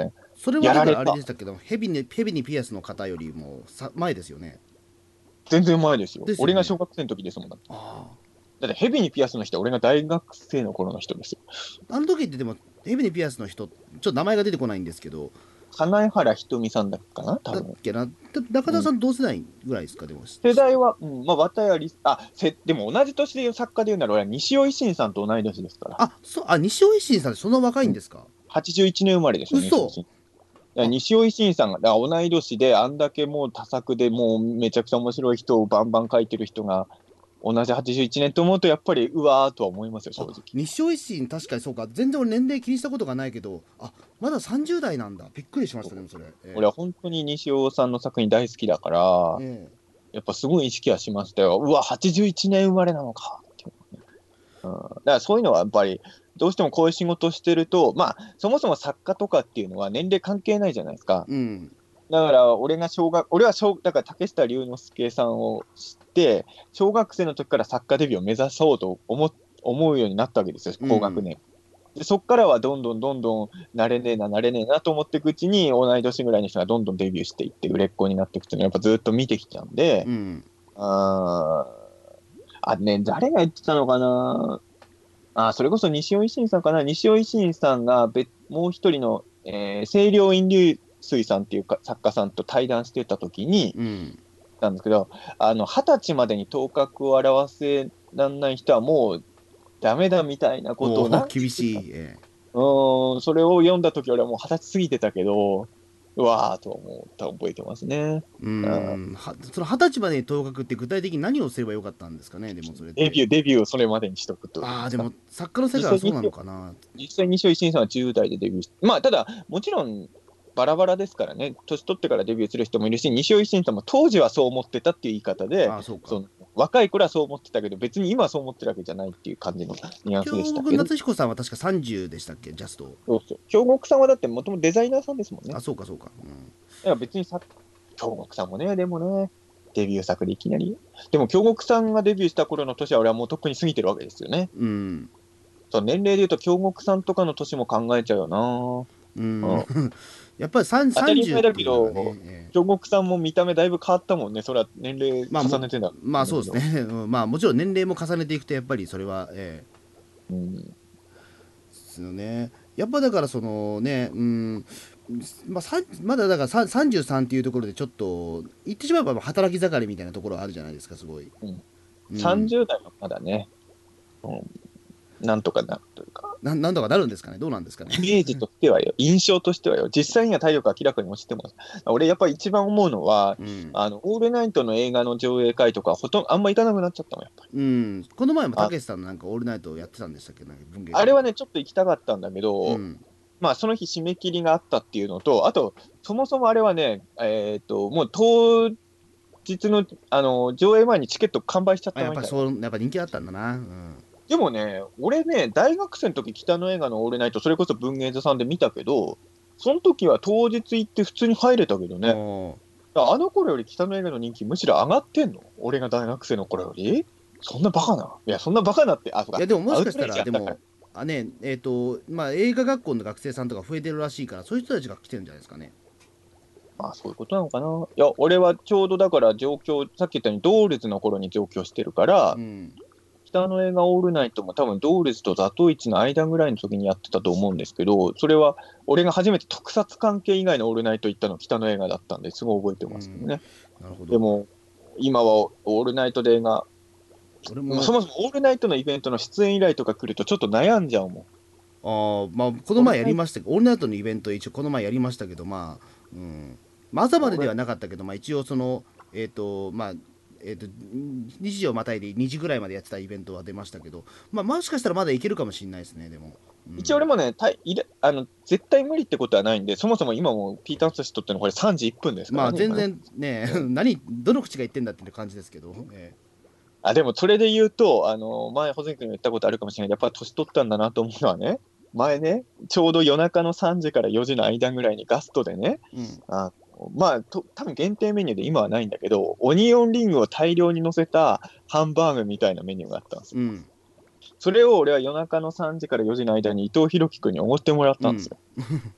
それはやられただからあれでしたけど、ヘビにヘビにピアスの方よりもさ前ですよね。 全然前ですよ。 ですよね俺が小学生の時ですもん。だって、 あだってヘビにピアスの人は俺が大学生の頃の人ですよ。 あ、あの時ってでもヘビにピアスの人ちょっと名前が出てこないんですけど、 金原ひとみさんだっけかな多だっ分。 けな、だ中田さん同世代ぐらいですか、でも世代は、うん、まあ、綿谷りあ、せ、でも同じ年でいう作家で言うなら、俺は西尾維新さんと同い年ですから。 あ、そう、あ、西尾維新さんってそんな若いんですか？ はちじゅういちねん生まれですよ、西尾維嘘。 新。だから西尾維新さんが、だから同い年で、あんだけもう多作でもうめちゃくちゃ面白い人をバンバン書いてる人が、同じはちじゅういちねんと思うと、やっぱり、うわーとは思いますよ、正あ、 直。 西尾維新確かにそうか。全然俺年齢気にしたことがないけど、あ、まださんじゅう代なんだ。びっくりしましたね、それ。え俺は本当に西尾さんの作品大好きだから、 ええやっぱすごい意識はしましたよ。うわ、はちじゅういちねん生まれなのかっていうね。うん、だからそういうのはやっぱり、どうしてもこういう仕事をしてると、まあ、そもそも作家とかっていうのは年齢関係ないじゃないですか。 うん。 だから、俺が小学、俺は小、だから竹下龍之介さんを知って、小学生の時から作家デビューを目指そうと思っ思うようになったわけですよ、高学年。で、そっからはどんどんどんどん、慣れねえな、慣れねえなと思っていくうちに、同い年ぐらいの人がどんどんデビューしていって、売れっ子になっていくっていうのをやっぱずっと見てきちゃうんで、 うん。 あーあ、ね、誰が言ってたのかな。あ、それこそ西尾維新さんかな。西尾維新さんが別、もう一人の、えー、清涼飲流水さんっていうか作家さんと対談してた時に、 うん。 なんですけど、あの、二十歳までに頭角を現せらんない人はもうダメだみたいなことおお、 をなんか厳言ってた。 しい。ええうーん、それを読んだ時俺はもう二十歳過ぎてたけど、うわーと思った覚えてますね。 うーうんん。はその二十歳までに頭角って具体的に何をすればよかったんですかね、でもそれって。 デビュー、デビューをそれまでにしとくってことああ、 ですか。 でも作家の世界実際にはそうなのかな。 実際、西尾維新さんはじゅう代でデビューして、まあ、ただ、もちろん、バラバラですからね、年取ってからデビューする人もいるし、西尾維新さんも当時はそう思ってたっていう言い方で、 ああ、そうか。 その若い頃はそう思ってたけど、別に今はそう思ってるわけじゃないっていう感じのニュアンスでしたけど、 京極夏彦さんは確かさんじゅうでしたっけ、ジャスト。 そうそう、京極さんはだってもともとデザイナーさんですもんね。 あ、そうか、そうか。うん。 だから別にさ、京極さんもね、でもね、デビュー作でいきなり。でも京極さんがデビューした頃の年は俺はもうとっくに過ぎてるわけですよね。 うん。 そう年齢で言うと京極さんとかの年も考えちゃうよな。 ううんん。やっぱりさん当たりじゅうっ前だけていうのがね、 ど、 ええ京極さんも見た目だいぶ変わったもんね。それは年齢まあも、 重ねてんだ。 まあそうですね。うんまあもちろん年齢も重ねていくと、やっぱりそれは、ええうん。 ですよね。やっぱだからそのね、うん、まあ、さんまだだからささんじゅうさんっていうところでちょっと言ってしまえば働き盛りみたいなところはあるじゃないですか、すごい。 うん、 うん。 さんじゅう代はまだね、うん、なんとかなるというか、 ななんとかなるんですかね、どうなんですかね。 イメージとしてはよ、印象としてはよ、実際には体力明らかに落ちてます。俺やっぱり一番思うのは、 うん。 あの、オールナイトの映画の上映会とか、ほとんどあんま行かなくなっちゃったもん、やっぱり。 うん、この前もたあ、 けしさんのなんかオールナイトをやってたんでしたっけ、なんか文芸館で。 あれはね、ちょっと行きたかったんだけど、 うん。 まあ、その日締め切りがあったっていうのと、あと、そもそもあれはね、えっと、もう当日の、あの、上映前にチケット完売しちゃっあ、やったみたいな。 ぱそう、やっぱ人気あったんだな。うん。 でもね、俺ね、大学生の時北の映画のオールナイト、それこそ文芸座さんで見たけど、その時は当日行って普通に入れたけどね。 おーあの頃より北の映画の人気むしろ上がってんの俺が大学生の頃よりそんなバカな。いや、そんなバカなって、あ、そうか、 いやでももしかしたアウトレイジやったから。 らでもあねえっ、とまあ映画学校の学生さんとか増えてるらしいから、そういう人たちが来てるんじゃないですかね。 まあ、そういうことなのかな。いや、俺はちょうどだから上京、さっき言ったようにドールズの頃に上京してるから、 うん北の映画オールナイトも多分ドールズとザトウイチの間ぐらいの時にやってたと思うんですけど、それは俺が初めて特撮関係以外のオールナイト行ったの北の映画だったんですごい覚えてますけどうん。 ね。 なるほど。 でも、今はオールナイトで映画、 俺ももうそもそもオールナイトのイベントの出演依頼とか来るとちょっと悩んじゃうもん。 あーまあこの前やオールナイト、 りましたけど、オールナイトのイベント一応この前やりましたけど、まあ、うん、まあ朝まででは俺、 なかったけど、まあ一応そのえっ、とまあえっ、と日時をまたいでにじぐらいまでやってたイベントは出ましたけど、まあもしかしたらまだいけるかもしれないですね、でも。うん、 一応俺もね、たいいれあの絶対無理ってことはないんで、そもそも今もピーターン寿司とってのこれさんじいっぷんですかまあらね、今ね。 全然ね、何どの口が言ってんだっていう感じですけど、えあ、でもそれで言うと、あの、前、穂積君が言ったことあるかもしれないけど、やっぱ年取ったんだなと思うのはね、前ね、ちょうど夜中のさんじからよじの間ぐらいにガストでね、 ーうんあまあ、と多分限定メニューで今はないんだけど、オニオンリングを大量に乗せたハンバーグみたいなメニューがあったんですよ。 うんそれを俺は夜中のさんじからよじの間に伊藤博樹君におごってもらっうんたんですよ。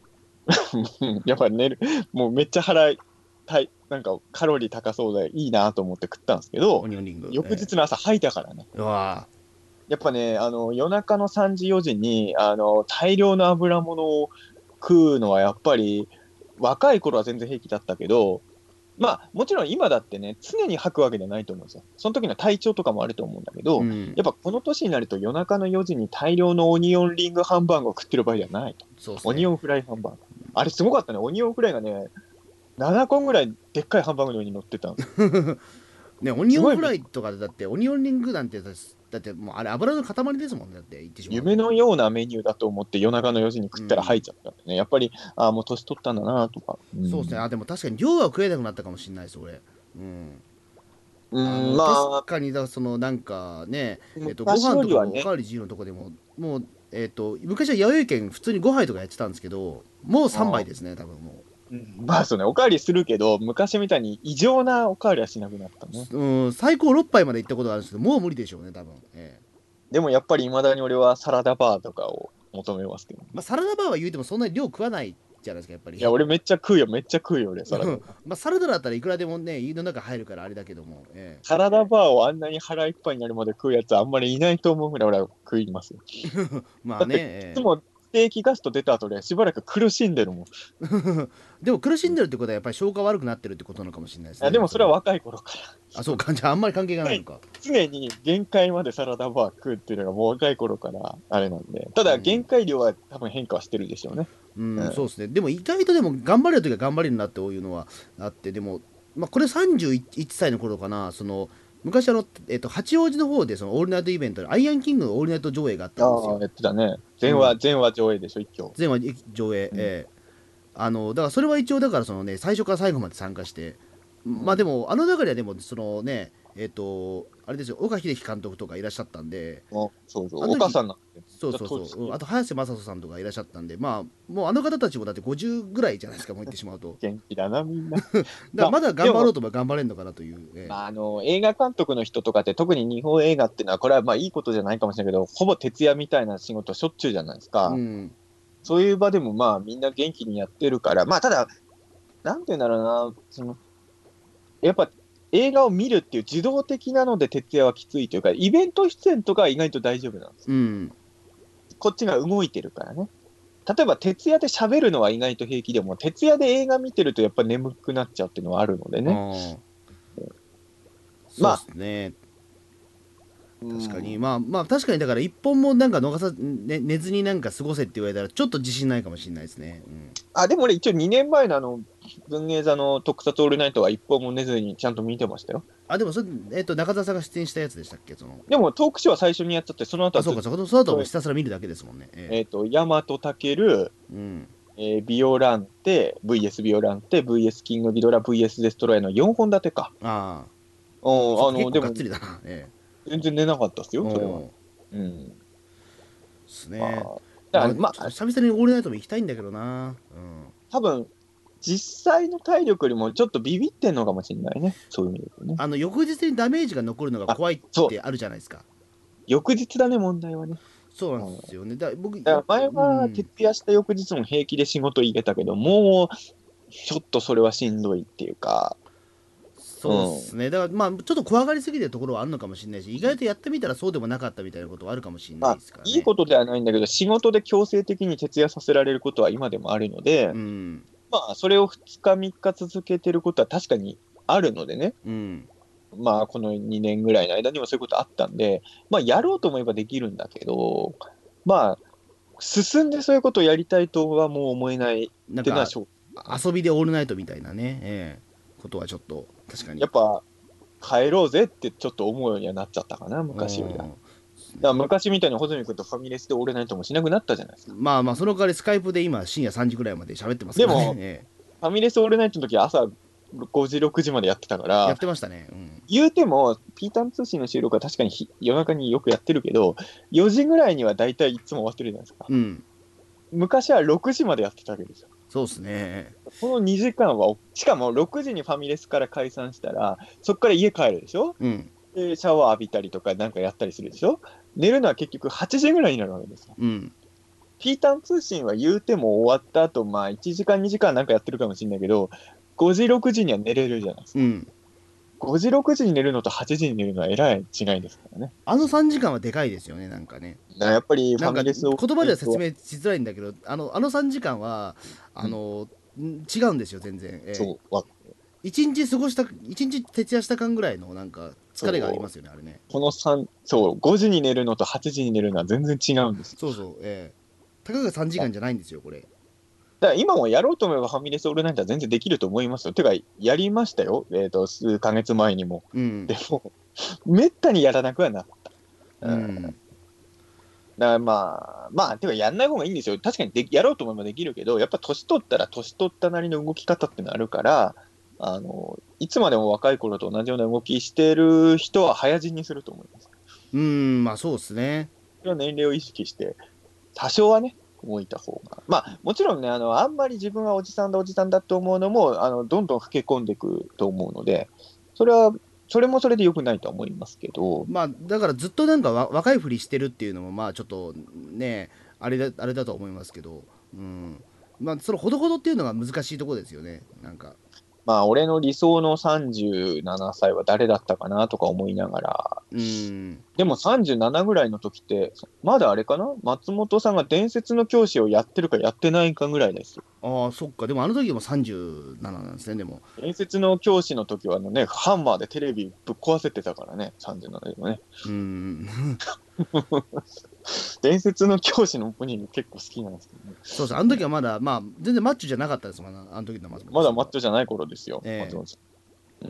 うんやっぱ寝る、もうめっちゃ腹い、たいなんかカロリー高そうでいいなと思って食ったんですけど、 オニオンリング。 翌え日の朝吐いたからね。 え、うわやっぱね、あの、夜中のさんじ、よじに、あの、大量の油物を食うのはやっぱり、若い頃は全然平気だったけど、まあ、もちろん今だってね、常に吐くわけじゃないと思うんですよ。その時の体調とかもあると思うんだけー、うど、 ん、 やっぱこの年になると夜中のよじに大量のオニオンリングハンバーグを食ってる場合じゃないと。 そうですね。 オニオンフライハンバーグ。あれすごかったね。オニオンフライがね、ななこぐらいでっかいハンバーグの上に乗ってたんですよ。 ね、オニすごいオンフライとかでだって、オニオンリングなんてだ、だってもうあれ油の塊ですもんね、だって言ってしまうと。 夢のようなメニューだと思って夜中のよじにう食ったら吐いん、 ちゃったんでね。やっぱり、ああ、もう年取ったんだなとか。うそうですね。 ん。 あ、でも確かに量は食えなくなったかもしれないです、俺。うん。 うん、 あの、確まあ、 かに、だその、なんかね、えっと、ご昔飯とかよりはね、 もおかわり自由のとこでも、もう、えっと、昔は弥生県普通にごはいとかやってたんですけど、もうさんばいあですね、多分もうん、まあそうね、おかわりするけど、昔みたいに異常なおかわりはしなくなったね。 う。うん、最高ろっぱいまで行ったことがあるんですけど、もう無理でしょうね、多分。ええ、 でもやっぱり未だに俺はサラダバーとかを求めますけどね。 まあ、サラダバーは言うてもそんなに量食わないじゃないですか、やっぱいや、 り。 俺めっちゃ食うよ、めっちゃ食うよ、俺、サラダバー。 まあ、サラダだったらいくらでもね、胃の中入るからあれだけども、えサラダバーをあんなに腹いっぱいになるまで食うやつあんまりいないと思うぐらい俺は食いますよ。 え、まあね、 だって、いつえもステーキガスト出た後でしばらく苦しんでるもん。いえ、でも苦しんでるってことはやっぱり消化悪くなってるってことなのかもしれないですや、 ね、 でもそれは若い頃かあ、そうか、じゃああんまり関係がなら。 いのか。 常に限界までサラダバー食うっていうのがもう若い頃からあれなんで。ただ限うん、 界量は多分変化はしてるでしょうね。 うん、 うん。 そうですね。でも意外とでも頑張れるときは頑張れるなっていうのはあって、でも、まあ、これさんじゅういっさいの頃かな、その、昔あの、えっと、八王子の方でそのオールナイトイベントでアイアンキングのオールナイト上映があったんですああ、 よ。 やってたね。全話、 うん。 全話上映でしょ、一挙。 全話上映、えうん。 え、あの、だからそれは一応だからそのね、最初から最後まで参加して、まあでうん。 も、あの中ではでも、そのね、えっと、あれですよ、岡秀樹監督とかいらっしゃったんで、 あ、そうそう。 あの時、 お母さんなんて、じゃあそうそうそう、うん、 当時好きあと早瀬正人さんとかいらっしゃったんで、まあ、もうあの方たちもだってごじゅうぐらいじゃないですか、もう言ってしまうと。だか元気だな、みんな。まあ、 らまだ頑張ろうでも、 とば頑張れるのかなという。えまあ、あの、映画監督の人とかって、特に日本映画っていうのは、これはまあいいことじゃないかもしれないけど、ほぼ徹夜みたいな仕事しょっちゅうじゃないですえ、うか。 ん、 そういう場でもまあみんな元気にやってるから、まあただ、なんて言うんだろうな、その、やっぱ映画を見るっていう受動的なので徹夜はきついというか、イベント出演とかは意外と大丈夫なんですよ。 うん、 こっちが動いてるからね。例えば徹夜で喋るのは意外と平気でも、徹夜で映画見てるとやっぱ眠くなっちゃうっていうのはあるのであね。 あ、そうでまあ、 すね。 う確かに、 ん。 まあまあ、確かにだから一本もなんか逃さ、ね、寝ずになんか過ごせって言われたら、ちょっと自信ないかもしれないですね。うん、 あ、でも俺一応にねんまえのあの、文芸座の特撮オールナイトは一本も寝ずにちゃんと見てましたよ。 あ、でもそれ、えっと、中澤さんが出演したやつでしたっけ、その。 でもトークショーは最初にやっちゃって、その後あ、 はずっそうか、そこその後はもうと、 ひたすら見るだけですもんね。ええっと、ヤマトタケル、 え、うん。 えービオランテ、ブイエス ビオランテ、ブイエス キングギドラ、ブイエス デストロイヤーのよんほん立てか。 ああ、 うん、あの、 そっか結構でも、 がっつりだな。え全然寝なかったっすえ、 よ、それは。 おー、 うん。 ですね。 まあ、だまあ、 から、まあ、 ちょっと久々にオールナイトも行きたいんだけどな。うん。 多分、実際の体力よりもちょっとビビってんのかもしれないね。そういう意味で言うとね。 あの、翌日にダメージが残るのがあ、 怖いっそう。 てあるじゃないですか。 翌日だね、問題はね。 そうなんうん。 ですよね。だ僕、 だから前うはん。 徹夜した翌日も平気で仕事入れたけど、もう、ちょっとそれはしんどいっていうか、うそうっん。 すね。だから、まあ、ちょっと怖がりすぎてるところはあるのかもしれないし、意外とやってみたらそうでもなかったみたいなことはあるかもしれないまあ、 ですからね。 いいことではないんだけど、仕事で強制的に徹夜させられることは今でもあるので、 うん。 まあ、それをふつか、みっか続けてることは確かにあるのでね。 うん。 まあ、このにねんぐらいの間にもそういうことあったんで、まあ、やろうと思えばできるんだけど、まあ、進んでそういうことをやりたいとはもう思えないっなんか、 ていうのはしょう、 遊びでオールナイトみたいなね、ええ、ことはちょっと、確かに。 やっぱ、帰ろうぜってちょっと思うようにはなっちゃったかな、 う昔よりは。だかん。 ら昔みたいに穂積君とファミレスでオールナイトもしなくなったじゃないですか。 まあまあ、その代わりスカイプで今、深夜さんじぐらいまで喋ってますからね。 でも、 えファミレスオールナイトの時は朝ごじ、ろくじまでやってたかえ、やら、 ってましたね。うん。 言うても、ピーターン通信の収録は確かにひ夜中によくやってるけど、よじぐらいには大体いつも終わってるじゃないですか。 うん。 昔はろくじまでやってたわけですよ。 そうっすね。 このにじかんは、しかもろくじにファミレスから解散したら、そこから家帰るでしょ。 うん。 で、シャワー浴びたりとかなんかやったりするでしょ。寝るのは結局はちじぐらいになるわけですよ。 うん。 ピータン通信は言うても終わった後、まあいちじかんにじかんなんかやってるかもしれないけど、ごじろくじには寝れるじゃないですか。 うん。 ごじろくじに寝るのとはちじに寝るのはえらい違いですからね。 あのさんじかんはでかいですよね、なんかね。 だからやっぱりフなんか言ァミレスを葉では説明しづらいんだけど、あのあのさんじかんはあうんの、ん違うんですよ、全然。えー、 そうわ一日過ごした、一日徹夜した感ぐらいのなんか疲れがありそうますよね、あれね。 このさんそうごじに寝るのとはちじに寝るのは全然違うんですよ。 そうそう、えー、たかがさんじかんじゃないんですよ、これ。 だから今もやろうと思えばファミレスオールナイトは全然できると思いますよ。てか、やりましたよ。えっ、と、数ヶ月前にも。 うん。 でも、めったにやらなくはなった。うん。だかうん。 らまあ、まあ、てかやんない方がいいんですよ。確かにでやろうと思えばできるけど、やっぱ年取ったら年取ったなりの動き方ってのあるから、あの、いつまでも若い頃と同じような動きしてる人は早死にすると思います。 うん、まあそうっすね。 それは年齢を意識して、多少はね、動いた方が。まあ、もちろんね、あの、あんまり自分はおじさんだ、おじさんだと思うのも、あの、どんどん老け込んでいくと思うので、それは、それもそれで良くないとは思いますけど、 まあだからずっとなんかわ若いふりしてるっていうのもまあちょっとね、あれだあれだと思いますけど、うん、まあそのほどほどっていうのが難しいところですよね、なんか。 まあ、俺の理想のさんじゅうななさいは誰だったかなとか思いながら、 うん。 でもさんじゅうななぐらいの時って、まだあれかな松本さんが伝説の教師をやってるかやってないかぐらいです。 ああ、そっか。でもあの時もさんじゅうなななんですね、でも。 伝説の教師の時はあのね、ハンマーでテレビぶっ壊せてたからね、さんじゅうななでもね。 うん。 伝説の教師のオープニング結構好きなんですけどね。 そうそう、あの時はまだ、まあ、全然マッチョじゃなかったですもん、あの時の松本まださんは。 マッチョじゃない頃ですよ、松ええ、 本さん。うん、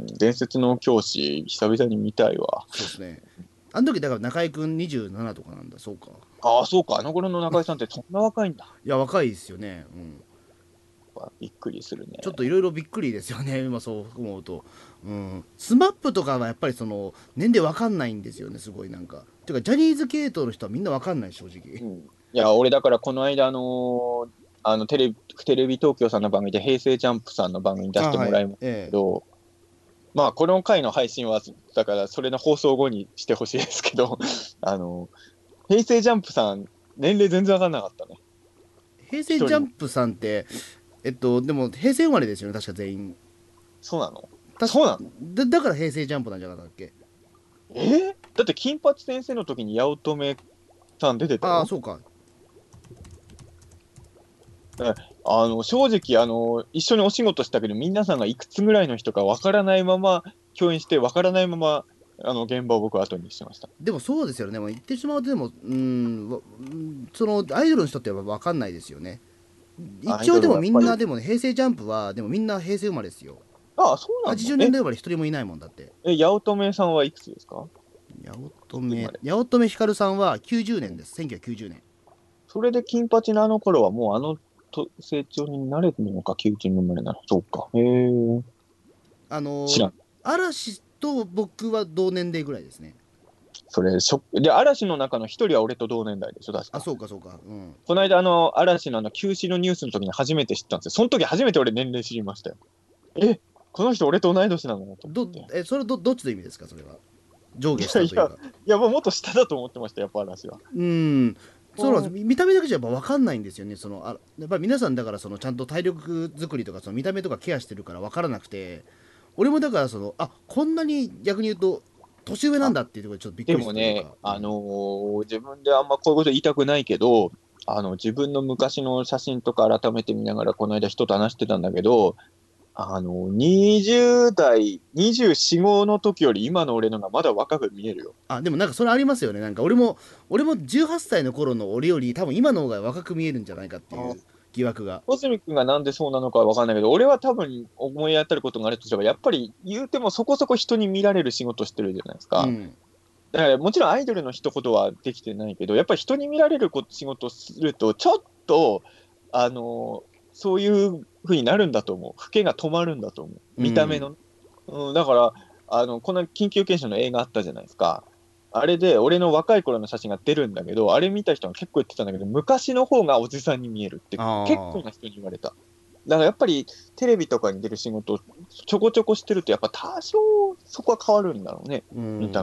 伝説の教師、久々に見たいわ。 そうですね。あの時だから中居君にじゅうななとかなんだ、そうか。 ああ、そうか、あの頃の中井さんってそんな若いんだ。 いや、若いですよね。うん。 びっくりするね。 ちょっといろいろびっくりですよね、今そう思うと。うん。スマップとかはやっぱりその、年齢わかんないんですよね、すごいなんか。ていうか、ジャニーズ系統の人はみんなわかんない、正直。 うん、いや、俺だからこの間、あのーあのテレビ、テレビ東京さんの番組で、平成ジャンプさんの番組に出しあ、はい。 てもらいましたけええ。 ど、まあ、この回の配信は、だからそれの放送後にしてほしいですけど、あのー平成ジャンプさん、年齢全然わかんなかったね。 平成一人も。 ジャンプさんって、えっと、でも平成生まれですよね、確か全員。 そうなのたそうなのだだから平成ジャンプなんじゃなかったっけ？ えーだって金八先生の時に八乙女さん出てたああ、 よ。 そうか。 えあの正直あの、一緒にお仕事したけど、皆さんがいくつぐらいの人かわからないまま共演して、わからないままあの現場を僕は後にしてました。 でもそうですよね。もう言ってしまうと、でも、うーん、わうんそのアイドルの人って分かんないですよね。一応でアイドルもみんな、 はやっぱり。 でもね、平成ジャンプは、でもみんな平成生まれですよ。 ああ、そうな 80年のえ、 代生まれ一人もいないもんだって。 え、八乙女さんはいくつですか？ 八乙女、 生まれ。 八乙女光さんはきゅうじゅうねんです。せんきゅうひゃくきゅうじゅうねん。 それで金八のあの頃はもうあのと成長になれるのか、きゅうじゅうねん生まれなら。そうか。へえ。 あのー知らん。 嵐と僕は同年齢ぐらいですね。 それ、ショック。で、嵐の中の一人は俺と同年代でしょ、確あ、 か。 そうかそうか。うん。 この間、あの、嵐のあの、休止のニュースの時に初めて知ったんですよ。その時初めて俺年齢知りましたよ。え、この人俺と同い年なのと思ど、 って。 え、それど、どっちの意味ですか、それは。上下しいやいや、 たというか。 いやもうもっと下だと思ってました、やっぱ嵐は。 うん。そうなんです。 うん。 見見た目だけじゃやっぱ分かんないんですよね。そのあやっぱり皆さんだからそのちゃんと体力作りとかその見た目とかケアしてるから分からなくて、俺もだからそのあこんなに逆に言うと年上なんあ、 だっていうところでちょっとびっでくりしたもね、 というか、うん、 あのー自分であんまこういうこと言いたくないけど、あの、自分の昔の写真とか改めて見ながら、この間人と話してたんだけど、あの、にじゅう代、にじゅうよん、ごの時より今の俺のがまだ若く見えるよ。 あでもなんかそれありますよね。なんか俺も俺もじゅうはっさいの頃の俺より多分今の方が若く見えるんじゃないかっていう疑惑が。 小泉君がなんでそうなのかは分かんないけど、俺は多分思い当たることがあるとすれば、やっぱり言うてもそこそこ人に見られる仕事してるじゃないですか。 うん。 だからもちろんアイドルの一言はできてないけど、やっぱり人に見られること仕事すると、ちょっと、あのそういう風になるんだと思う。老けが止まるんだと思う。 う見た目ん。 の。うん、だから、あの、この緊急検証の映画あったじゃないですか。あれで、俺の若い頃の写真が出るんだけど、あれ見た人が結構言ってたんだけど、昔の方がおじさんに見えるって結構ああ。 な人に言われた。だからやっぱりテレビとかに出る仕事ちょこちょこしてるとやっぱ多少そこは変わるんだろうね。 うん。 見た目。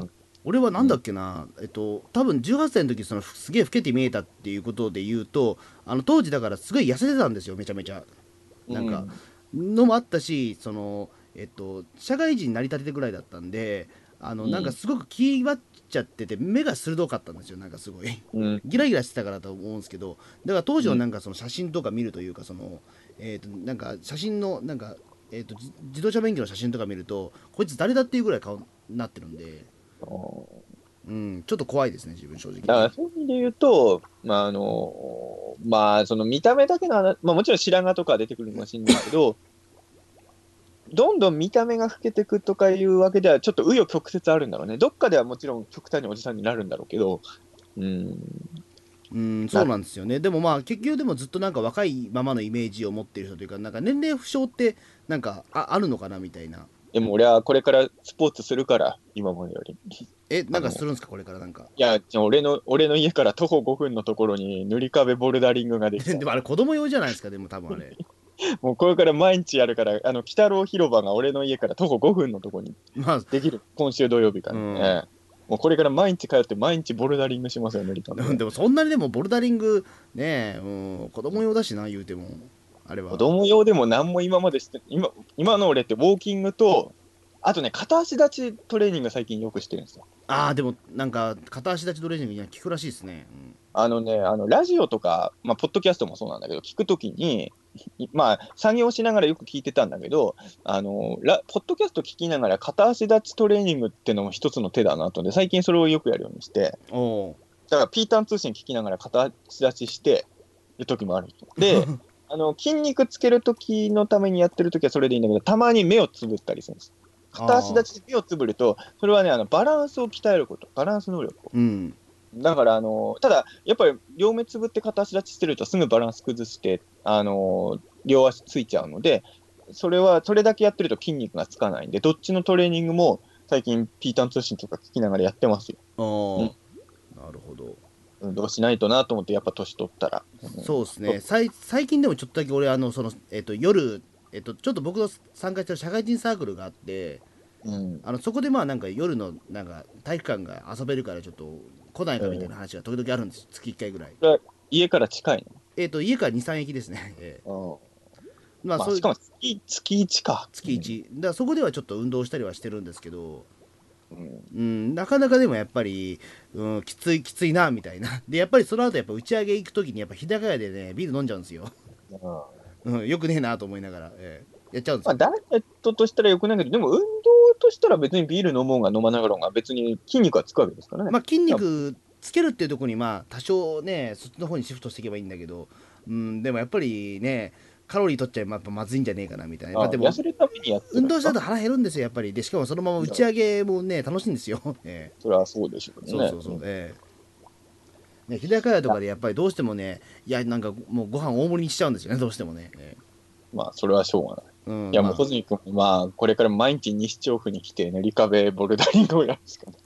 俺はなんだっけな、えっと多分じゅうはっさいの時そのすげえ老けて見えたっていうことで言うと、あの当時だからすごい痩せてたんですよ、めちゃめちゃ。なんかうんのもあったし、そのえっと社会人になりたてぐらいだったんで、あのなんかうんすごく気張っちゃってて目が鋭かったんですよ、なんかすごいうんギラギラしてたからと思うんですけど、だから当時のうんなんかその写真とか見るというか、そのえっとなんか写真のなんかえっとじ自動車免許の写真とか見ると、こいつ誰だっていうぐらい顔になってるんで、うん、ちょっと怖いですね、自分正だから直。 そういう意味で言うと、まああのまあその見た目だけの話、まあ、もちろん白髪とか出てくるかもしれないけど、どんどん見た目が老けてくとかいうわけではちょっと紆余曲折あるんだろうね。どっかではもちろん極端におじさんになるんだろうけど、うん、 うん、そうななんですよね。でもまあ結局でもずっとなんか若いままのイメージを持っている人というか、なんか年齢不詳ってなんかああるのかなみたいな。 でも俺はこれからスポーツするから、今までより。 え、なあの、 んかするんですかこれからなんか。 いや、じゃあ俺の、俺の家から徒歩ごふんのところに塗り壁ボルダリングができた。 でもあれ子供用じゃないですか、でも多分あれ。 もうこれから毎日やるから、あの、北郎広場が俺の家から徒歩ごふんのところにまあ、 できる。今週土曜日からうんね。もうこれから毎日通って毎日ボルダリングしますよ、塗り壁。 でもそんなにでもボルダリングねえ、うん、子供用だしな、言うても。あれは。 子供用でも何も今までして、今、今の俺ってウォーキングと、あとね、片足立ちトレーニング最近よくしてるんですよ。 ああ、でもなんか片足立ちトレーニングには効くらしいですね。 あのね、あの、ラジオとか、まあ、ポッドキャストもそうなんだけど、聞くときに、いまあ、作業しながらよく聞いてたんだけど、あの、ラポッドキャスト聞きながら片足立ちトレーニングってのも一つの手だなと思って、最近それをよくやるようにして、 うん、おだからピータン通信聞きながら片足立ちしてる時もある。で、あの、筋肉つける時のためにやってる時はそれでいいんだけど、たまに目をつぶったりするんです。片足立ちで目をつぶると、それはね、あの、バランスを鍛えること、バランス能力を。 うん。 だから、あの、ただ、やっぱり両目つぶって片足立ちしてるとすぐバランス崩して、あの、両足ついちゃうので、それは、それだけやってると筋肉がつかないんで、どっちのトレーニングも最近ピータン通信とか聞きながらやってますよ。 ああ、なるほど。 運動しないとなと思って、やっぱ年取ったら。 そうですね。さい最近でもちょっとだけ俺、あの、その、えっと、夜、えっと、ちょっと僕の参加してる社会人サークルがあって、 うん。 あのそこでまあなんか夜のなんか体育館が遊べるからちょっと来ないかみたいな話が時々あるんです、月いっかいぐらい。 それは家から近いえっ、と家からに、さん駅ですね。えーの？ まあそういうまあしかも月、月いちか。 月いち、だからそこではちょっと運動したりはしてるんですけど、 うん。 うん、なかなかでもやっぱり、うん、きついきついなみたいな。でやっぱりその後やっぱ打ち上げ行く時にやっぱ日高屋でねビール飲んじゃうんですよ。 うんうん、よくねえなと思いながら、えーやっちゃうんですまあ、 よ。 ダイエットとしたらよくないけど、でも運動としたら別にビール飲もうが飲まながらが別に筋肉はつくわけですからね。 まあ筋肉つけるっていうところにまあ多少ねそっちの方にシフトしていけばいいんだけど、うん、でもやっぱりねカロリー取っちゃえばやっぱまずいんじゃねえかなみたいな。まあ、でもあ痩せるためにやってる運んですか？ 動した後腹減るんですよやっぱり。でしかもそのまま打ち上げもね楽しいんですよ。えそれはそうでしょうーね。 そうそうそう。えーね、日高屋とかでやっぱりどうしてもねいやなんかもうご飯大盛りにしちゃうんですよねどうしてもね。えまあ、それはしょうがない。 ーうん、 いや、もう、 まあ穂積君も、まあ、これから毎日西調布に来て、塗り壁ボルダリングをやるしかない。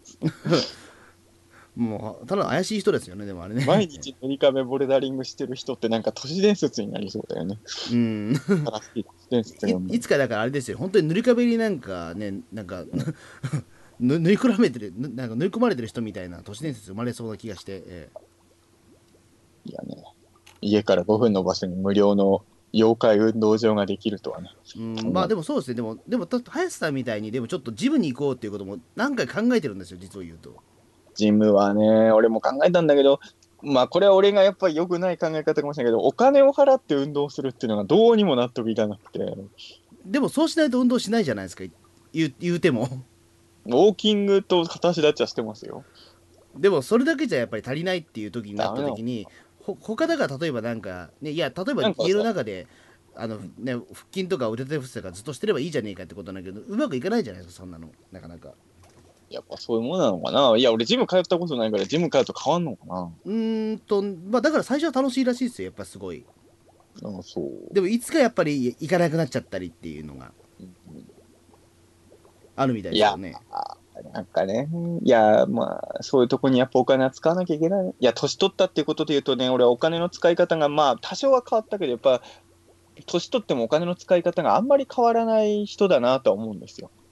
もうただ怪しい人ですよねでもあれね。 毎日塗り壁ボルダリングしてる人って、なんか都市伝説になりそうだよね。 うん新しい都市伝説がもういいつかだからあれですよ本当に塗り壁になんかねなんかぬ塗り込まれてるぬなんか塗り込まれてる人みたいな都市伝説生まれそうな気がして、えいやね、家からごふんの場所に無料の妖怪運動場ができるとはね。 えうん、まあでもそうですねでもでもた林さんみたいにでもちょっとジムに行こうっていうことも何回考えてるんですよ実を言うと。 ジムはね、俺も考えたんだけど、まあこれは俺がやっぱり良くない考え方かもしれないけど、お金を払って運動するっていうのがどうにも納得いかなくて、 でもそうしないと運動しないじゃないですか言う言うても。 ウォーキングと片足立ちはしてますよ。 でもそれだけじゃやっぱり足りないっていう時になったダメなの時にほ他だから例えばなんか、ね、いや例えばなんかさ家の中であの、ね、腹筋とか腕立て伏せとかずっとしてればいいじゃねえかってことなんだけどうまくいかないじゃないですかそんなのなかなか。 やっぱそういうものなのかな。いや、俺ジム通ったことないから、ジム通うと変わんのかな。 うーんと、まあ、だから最初は楽しいらしいですよやっぱすごい。 あそう。 でもいつかやっぱり行かなくなっちゃったりっていうのがあるみたいいや、 ですよね。 なんかね、いや、まあ、そういうとこにやっぱお金は使わなきゃいけない。いや、年取ったっていうことで言うとね、俺はお金の使い方が、まあ、多少は変わったけど、やっぱ、年取ってもお金の使い方があんまり変わらない人だなとは思うんですよ。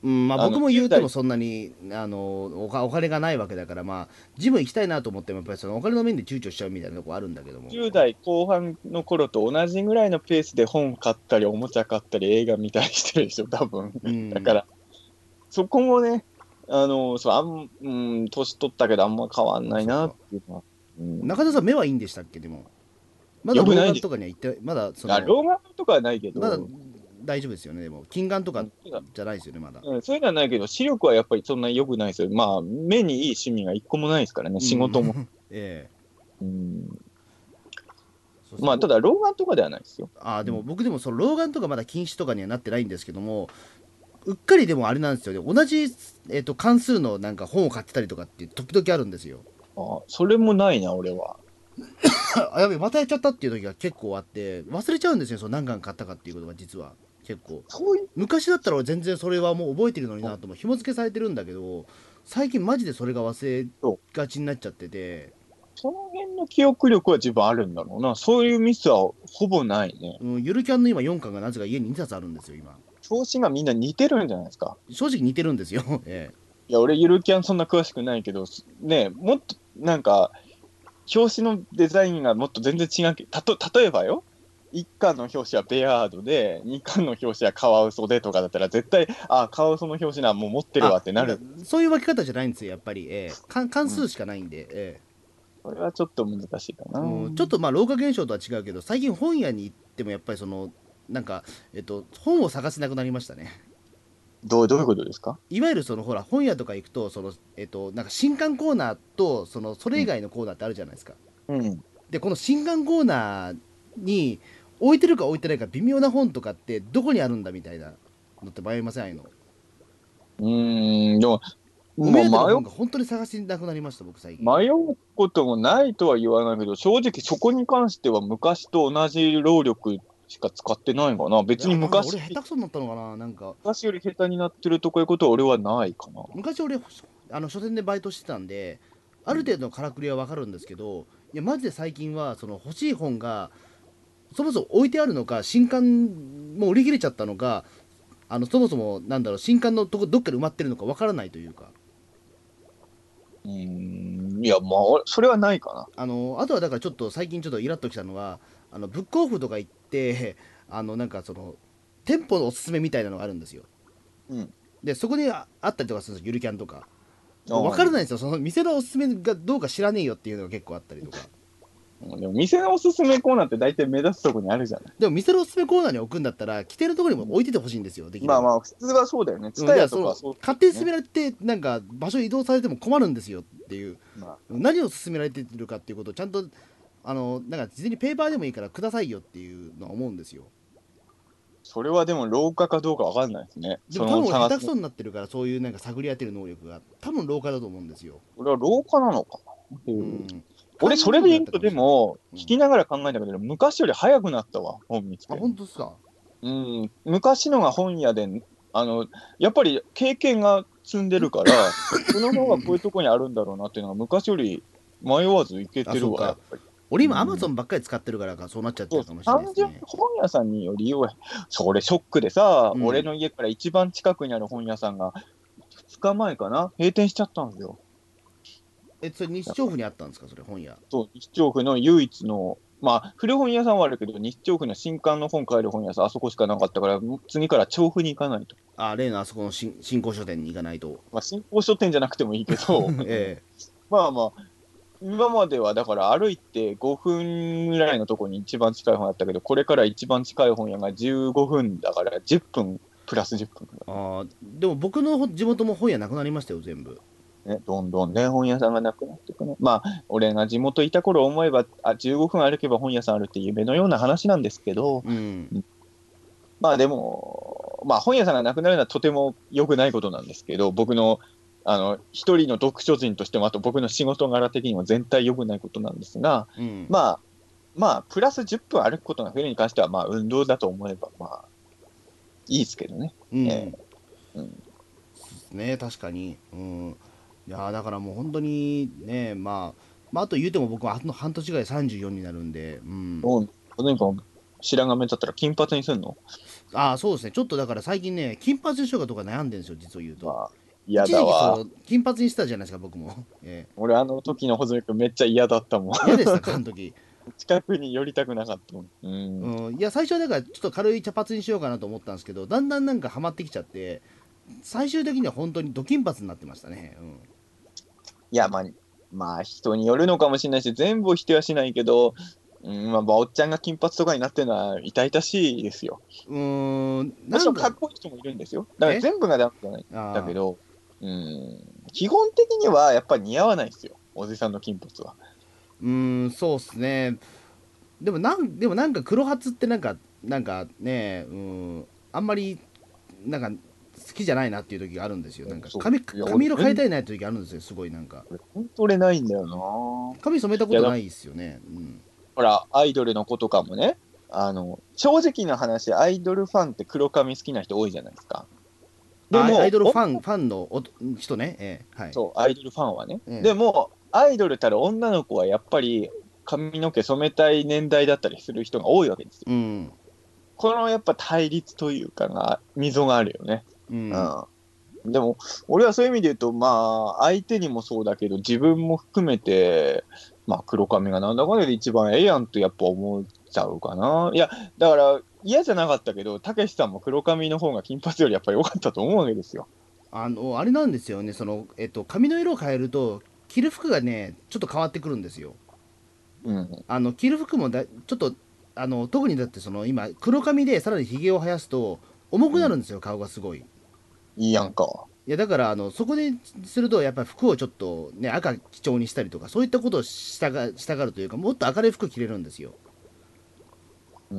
うんまあ、 あの僕も言うてもじゅう代そんなにあのおかお金がないわけだから、まあ、ジム行きたいなと思ってもやっぱりそのお金の面で躊躇しちゃうみたいなとこあるんだけども。 じゅう代後半の頃と同じぐらいのペースで本買ったり、おもちゃ買ったり、映画見たりしてるでしょ、多分。 うんだから、そこもね、あの、そう、あん、うん、年取ったけどあんま変わんないなっあそうか。 ていうのは。うん、 中田さん目はいいんでしたっけ？でもまだよくないです。 老眼とかには行ってまだそあ、 の老眼とかはないけまだど、 大丈夫ですよね。でも近眼とかうん、そうだじゃないですよねまだ。 うん、そういうのはないけど、視力はやっぱりそんなに良くないですよ。まあ、目にいい趣味が一個もないですからね、 うん仕事も。 ええうん、 そうですね。 まあ、ただ、老眼とかではないですよ。 ああでもうん、 僕でもその老眼とかまだ禁止とかにはなってないんですけども、うっかりでもあれなんですよね。同じ、えっと関数のなんか本を買ってたりとかって時々あるんですよ。 あ、それもないな、俺は。 あやべえまたやっちゃったっていう時が結構あって忘れちゃうんですよ。その何巻買ったかっていうことが実は結構。 そういう、 昔だったら俺全然それはもう覚えてるのになとも紐付けされてるんだけど、最近マジでそれが忘れそうがちになっちゃってて、 その辺の記憶力は自分あるんだろうな。そういうミスはほぼないね。 うん、ゆるキャンの今よんかんがなぜか家ににさつあるんですよ今。 調子がみんな似てるんじゃないですか。 正直似てるんですよ、ええ、 いや、俺、ゆるキャンそんな詳しくないけど、すね、もっと、なんか、表紙のデザインがもっと全然違うけたと、例えばよ、いっかんの表紙はベアードで、にかんの表紙はカワウソでとかだったら、絶対、あ、カワウソの表紙な、もう持ってるわあだってなる。 そういう分け方じゃないんですよやっぱり、ええ、関関うん。 数しかないんで、えそれはちょっと難しいかな。 え、うん、ちょっとまあ老化現象とは違うけど最近本屋に行ってもやっぱりそのなんか、えっと、本を探せなくなりましたね。 どう、どういうことですか？ いわゆるそのほら本屋とか行くとその、えっと、なんか新刊コーナーとそのそれ以うん。 外のコーナーってあるじゃないですか。 うん。 でこの新刊コーナーに置いてるか置いてないか微妙な本とかってどこにあるんだみたいなのって迷いません？ああいうのうーん、でも、 お目当てのまあ、迷う、 本が本当に探しなくなりました僕最近。 迷うこともないとは言わないけど、正直そこに関しては昔と同じ労力しか使ってないかな。別にいやなんだ俺昔、 下手くそになったのかな。なんか昔より下手になってるとかいうことは俺はないかな。 昔俺あの書店でバイトしてたんであるうん。 程度のからくりは分かるんですけど、いやマジで最近はその欲しい本がそもそも置いてあるのか新刊もう売り切れちゃったのか、あのそもそもなんだろう新刊のとこどっかで埋まってるのか分からないというか、 うーん、いや、まあ、俺それはないかあのあとはだからちょっと最近ちょっとイラッときたのはあのブックオフとか行ってあのなんかその店舗のおすすめみたいなのがあるんですよ。 な。うん。 でそこにああったりとかするんですよゆるキャンとか。もう分ああ、 からないんですよその店のおすすめがどうか知らねえよっていうのが結構あったりとか。 でも店のおすすめコーナーって大体目立つとこにあるじゃない。 でも店のおすすめコーナーに置くんだったら着てるところにも置いててほしいんですよできれば。 まあまあ、普通はそうだよね。ツうん、 タいやそのヤとかはそう勝手にだよね。 進められてなんか場所移動されても困るんですよっていう、 まあ、 何を進められてるかっていうことをちゃんとあのなんか事前にペーパーでもいいからくださいよっていうのは思うんですよ。 それはでも廊下かどうかわかんないですね。そでも多分俺下の探すの。 手くそになってるからそういうなんか探り当てる能力が多分老化だと思うんですよ。 これは廊下なのかな。うん。 うん俺、それで言うと、でも、 うん、 聞きながら考えたけど、昔より早くなったわ、本見つあけるの。 本当ですか。 うん、昔のが本屋で、あの、やっぱり経験が積んでるから、この本はこういうとこにあるんだろうなっていうのが、昔より迷わずいけてるわ、やっあそうか。 ぱり。 俺今アマうん。 ゾンばっかり使ってるからかそうなっちゃってそう、 るかもしれない単純にですね。 本屋さんによりよ、それショックでさ、俺うんの家から一番近くにある本屋さんが、ふつかまえかな、閉店しちゃったんですよ。 えそれ日調布にあったんですかそれ本屋。 そう、日調布の唯一の、まあ、古本屋さんはあるけど、日調布の新刊の本買える本屋さん、あそこしかなかったから、次から調布に行かないと。 あ例のあそこの新新興書店に行かないと。 まあ、新興書店じゃなくてもいいけど、 えまあまあ、今まではだから歩いてごふんぐらいのところに一番近い本だったけど、これから一番近い本屋がじゅうごふんだからじゅっぷんプラスじゅっぷん。 えああでも僕の地元も本屋なくなりましたよ全部。 ね、どんどんね、本屋さんがなくなっていくね。まあ、俺が地元いた頃思えば、あ、じゅうごふん歩けば本屋さんあるって夢のような話なんですけど、 うんまあでも、まあ本屋さんがなくなるのはとても良くないことなんですけど、僕の、あの、一人の読書人としても、あと僕の仕事柄的にも全体良くないことなんですが、 うんまあ、まあ、プラスじゅっぷん歩くことが増えるに関しては、まあ、運動だと思えば、まあ、いいですけどね。 うんえーうん、 ね確かに。うんいやーだからもう本当にねまあまああと言うても僕はあと半年ぐらいさんじゅうよんになるんでうんもう、とにかく、 白髪だったら金髪にすんの？ ああ、そうですね。ちょっとだから最近ね、金髪にしようかとか悩んでるんですよ、実を言うと。 まあ、嫌一時期そだわ。 う、金髪にしてたじゃないですか、僕も。え俺あの時の穂積君めっちゃ嫌だったもん。 え、嫌でしたか、あの時。 近くに寄りたくなかったもん。うん。 うん、いや、最初はだからちょっと軽い茶髪にしようかなと思ったんですけど、だんだんなんかハマってきちゃって、最終的には本当にド金髪になってましたね。うん。 いや、まあ、まあ人によるのかもしれないし、全部を否定はしないけど、うん、まあ、おっちゃんが金髪とかになってるのは痛々しいですよ。 うーん、 もちろんかなんか、 っこいい人もいるんですよ。だからえ全部がダメじゃないんだけあど、うん、基本的にはやっぱり似合わないですよ。おじさんの金髪は。 ーうーん、そうっすね。でもなん、でもなんか黒髪ってなんか、なんかね、うん、あんまり、なんか、好きじゃないなっていう時があるんですよ。なんかそう。 髪、 いや、 髪俺、全色変えたいなって時あるんですよ、すごいなんか。 本当俺ないんだよな。 髪染めたこいや、だとないですよね。うん。 ほら、アイドルの子とかもね、あの、正直な話、アイドルファンって黒髪好きな人多いじゃないですか。であ、アイも、おドルファン、ファンのお人ね。ええ、はい。 そう、アイドルファンはね。 ええ、 でも、アイドルたる女の子はやっぱり髪の毛染めたい年代だったりする人が多いわけですよ。 うん。 このやっぱ対立というかが、溝があるよね。 うん。 うん。でも、俺はそういう意味で言うと、まあ、相手にもそうだけど、自分も含めて、まあ、黒髪がなんだかんだで一番ええやんとやっぱ思っちゃうかな。いや、だから嫌じゃなかったけど、たけしさんも黒髪の方が金髪よりやっぱり良かったと思うわけですよ。 あの、あれなんですよね。その、えっと、髪の色を変えると、着る服がね、ちょっと変わってくるんですよ。 うん。 あの、着る服もだ、ちょっと、あの、特にだってその、今、黒髪でさらにひげを生やすと、重くうん。 なるんですよ、顔がすごい。 いいやんか。 いやだからあのそこでするとやっぱり服をちょっとね赤基調にしたりとかそういったことをしたがしたがるというかもっと明るい服着れるんですよ。 うん。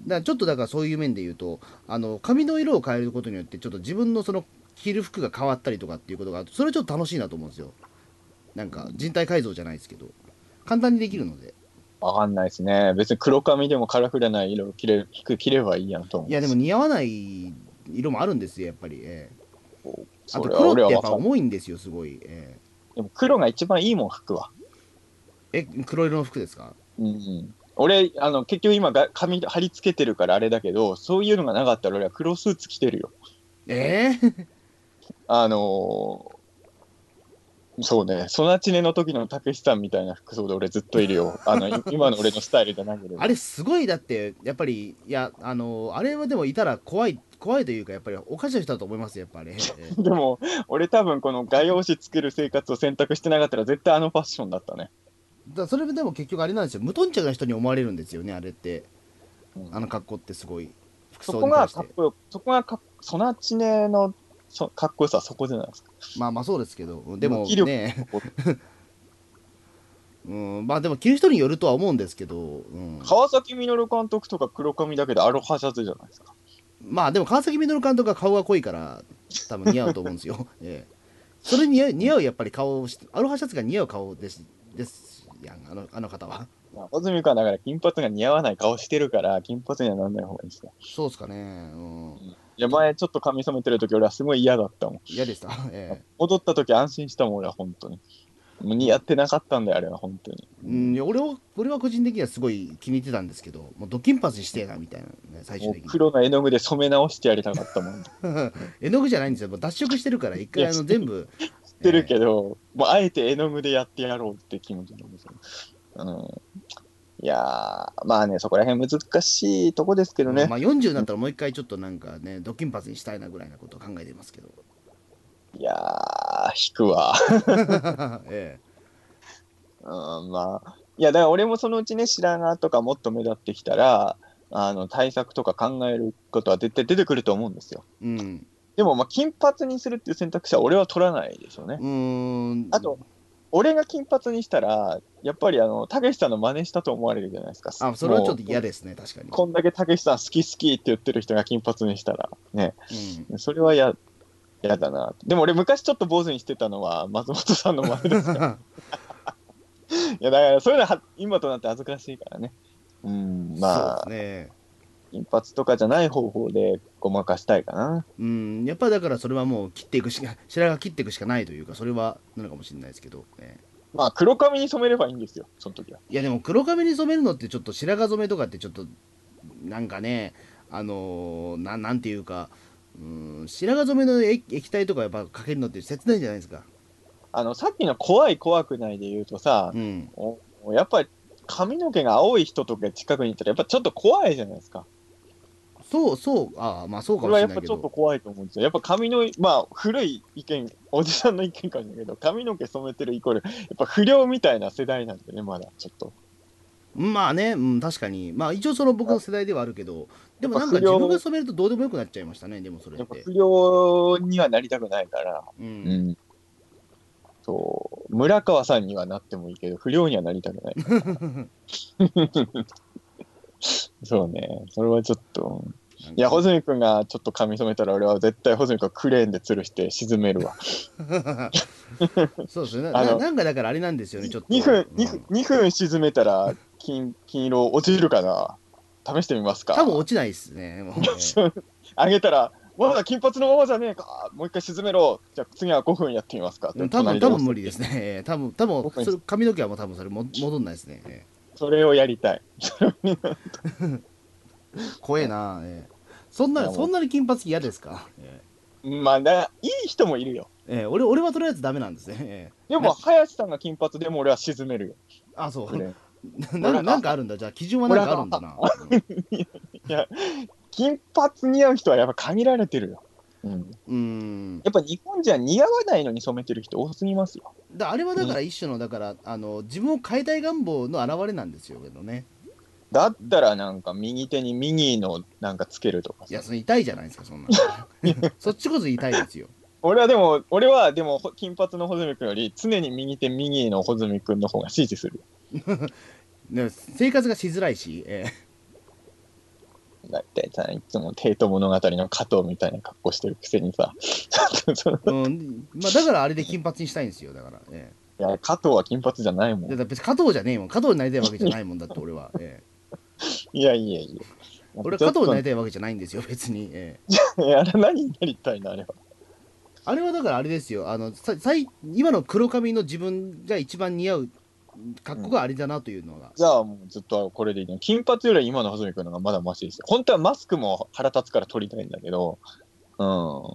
だからちょっとだからそういう面で言うとあの髪の色を変えることによってちょっと自分のその着る服が変わったりとかっていうことがそれちょっと楽しいなと思うんですよ。なんか人体改造じゃないですけど簡単にできるので。 わかんないですね。別に黒髪でもカラフルな色を着れる、服着ればいいやんと思いやでもうし。 似合わない色もあるんですよやっぱり、えーあとそれは黒ってやっぱ俺はわかる。 重いんですよすごい、えでも黒が一番いいもん、服は。 ーえ黒色の服ですか？ うん。俺、あの、結局今が髪貼り付けてるからあれだけど、そういうのがなかったら俺は黒スーツ着てるよ。 えー、 あのーそうね、ソナチネの時のたけしさんみたいな服装で俺ずっといるよ。あの、い今の俺のスタイルじゃなければ。 あれすごいだってやっぱりいやあのあれはでもいたら怖い怖いというかやっぱりおかしな人だと思いますよやっぱり、えでも、俺多分この画用紙作る生活を選択してなかったら絶対あのファッションだったね。 えだそれでも結局あれなんですよ無頓着な人に思われるんですよねあれってうん、 あの格好ってすごい服そこ装に対してがかっこよ、そこがかっソナチネのそかっこよさはそこじゃないですか。 まあまあそうですけどでも無気力なとねこ。 うんまあでも着る人によるとは思うんですけど、うん、 川崎稔監督とか黒髪だけどアロハシャツじゃないですか。 まあでも川崎稔監督は顔が濃いから多分似合うと思うんですよ、ええ、それに似合う似合うやっぱり顔をしアロハシャツが似合う顔ですですやんあのあの方は。 まあ、穂積君はだから金髪が似合わない顔してるから、金髪にはならない方がいいですよ。 そうっすかね。うん。 いや、前ちょっと髪染めてる時俺はすごい嫌だったもん。 嫌でした。ええ戻った時安心したもん、俺は本当に。もう似合ってなかったんだよ、あれは本当に。ううん、いん、 や俺は、俺は個人的にはすごい気に入ってたんですけど、もうド金髪してえな、みたいな、ね、最終もう的に。 黒の絵の具で染め直してやりたかったもん。 絵の具じゃないんですよ。もう脱色してるから、一いや、 回あ知ってる、 の全部、 知ってるえけど、もうあえて絵の具でやってやろうって気持ちなんですよ。うん、いやー、まあね、そこら辺難しいとこですけどね。 ーうんまあよんじゅうになったらもう一回ちょっとなんかね、ド金髪にしたいなぐらいなことを考えてますけど。 いやー、引くわ。 えうん、まあ、いや、だから俺もそのうちね、白髪とかもっと目立ってきたら、あの、対策とか考えることは絶対出てくると思うんですよ。 えうん。 でも、まあ、金髪にするっていう選択肢は俺は取らないでしょうね。 うーん。 あと、俺が金髪にしたら、やっぱりあの、たけしさんの真似したと思われるじゃないですか。 あ、それはちょっともう、 嫌ですね、確かに。 こんだけたけしさん好き好きって言ってる人が金髪にしたら、ね、 うん。 それは嫌、嫌だな。でも俺昔ちょっと坊主にしてたのは松本さんの真似ですから。いや、だからそういうのは今となって恥ずかしいからね。うん、 そうですまあ、 ね。 金髪とかじゃない方法でごまかしたいかな。 うん、やっぱだからそれはもう切っていくしか、白髪切っていくしかないというか、それはなのかもしれないですけど、ね。 まあ、黒髪に染めればいいんですよ、その時は。 いやでも黒髪に染めるのってちょっと白髪染めとかってちょっとなんかね、あのーななんていうか、うん、白髪染めの液液体とかやっぱかけるのって切ないじゃないですか。 あの、さっきの怖い怖くないで言うとさ、 うん。 おやっぱり髪の毛が青い人とか近くにいたら、やっぱちょっと怖いじゃないですか。 そうそう、ああ、まあそうかもそれはやっぱしれないけど。 ちょっと怖いと思うんですよ。やっぱ髪の、まあ古い意見、おじさんの意見かもしれないけど、髪の毛染めてるイコール、やっぱ不良みたいな世代なんでね、まだちょっと。 まあね、うん、確かに。まあ一応その僕の世代ではあるけど、でやっぱもなんか自分が不良、 染めるとどうでもよくなっちゃいましたね、でもそれって。 やっぱ不良にはなりたくないから、 うん。 うん、そう、村川さんにはなってもいいけど、不良にはなりたくないから。そうね、それはちょっと。いや、 なんかね。 穂積君がちょっと髪染めたら、俺は絶対穂積君クレーンで吊るして沈めるわ。 そうですね。な、なあの、 なんかだからあれなんですよね、ちょっと。 にふん、にふん、 うん。 にふん沈めたら金、金色落ちるかな。試してみますか？ 多分落ちないですね。もう、えあげたら、まだ金髪のままじゃねえか。もう一回沈めろ。じゃあ次はごふんやってみますかっえ、 て多分多隣で押す。 分無理ですね。えー多分多分ごふん、 それ髪の毛はもう多分それも戻んないですね。えそれをやりたい。 ー怖えな。えーそんないやもそんなに金髪嫌ですか？えう、まあね、いい人もいるよ。 ーえー俺俺はとりあえずダメなんですね。えーなでも、林さんが金髪でも俺は沈めるよ。 あそクレーン。 うななん村川さん。 かあるんだ。じゃあ基準はなん村川さん。 かあるんだな。うん。 いや、金髪似合う人はやっぱ限られてるよ。うん。 うーんやっぱ日本じゃ似合わないのに染めてる人多すぎますよ。 だあれはだかにら一種のだからあの自分を変えたい願望の表れなんですよけどね。 だったらなんか右手にミニーのなんかつけるとかさ。 いやそれ痛いじゃないですかそんなの。そっちこそ痛いですよ。 俺はでも、俺はでも金髪の穂積君より常に右手ミニーの穂積君の方が支持する。 ね、生活がしづらいし、えだってさ、いつも帝都物語の加藤みたいな格好してるくせにさ。そのーうん、まあ、だからあれで金髪にしたいんですよだから、えいや、加藤は金髪じゃないもー、 ん。 で別に加藤じゃねえもん加藤になりたいわけじゃないもんだって俺は、えいやいやいー、 や。 俺は加ちょっと、 藤になりたいわけじゃないんですよ別に、えいや、あれ何になりたいのあれは。 ー、あれはだからあれですよあのささい今の黒髪の自分が一番似合う格好があれだなというのが、 じゃあもうずっとこれでいいの。金髪よりは今の穂積君の方がまだマシですよ。本当はマスクも腹立つから取りたいんだけど、うん。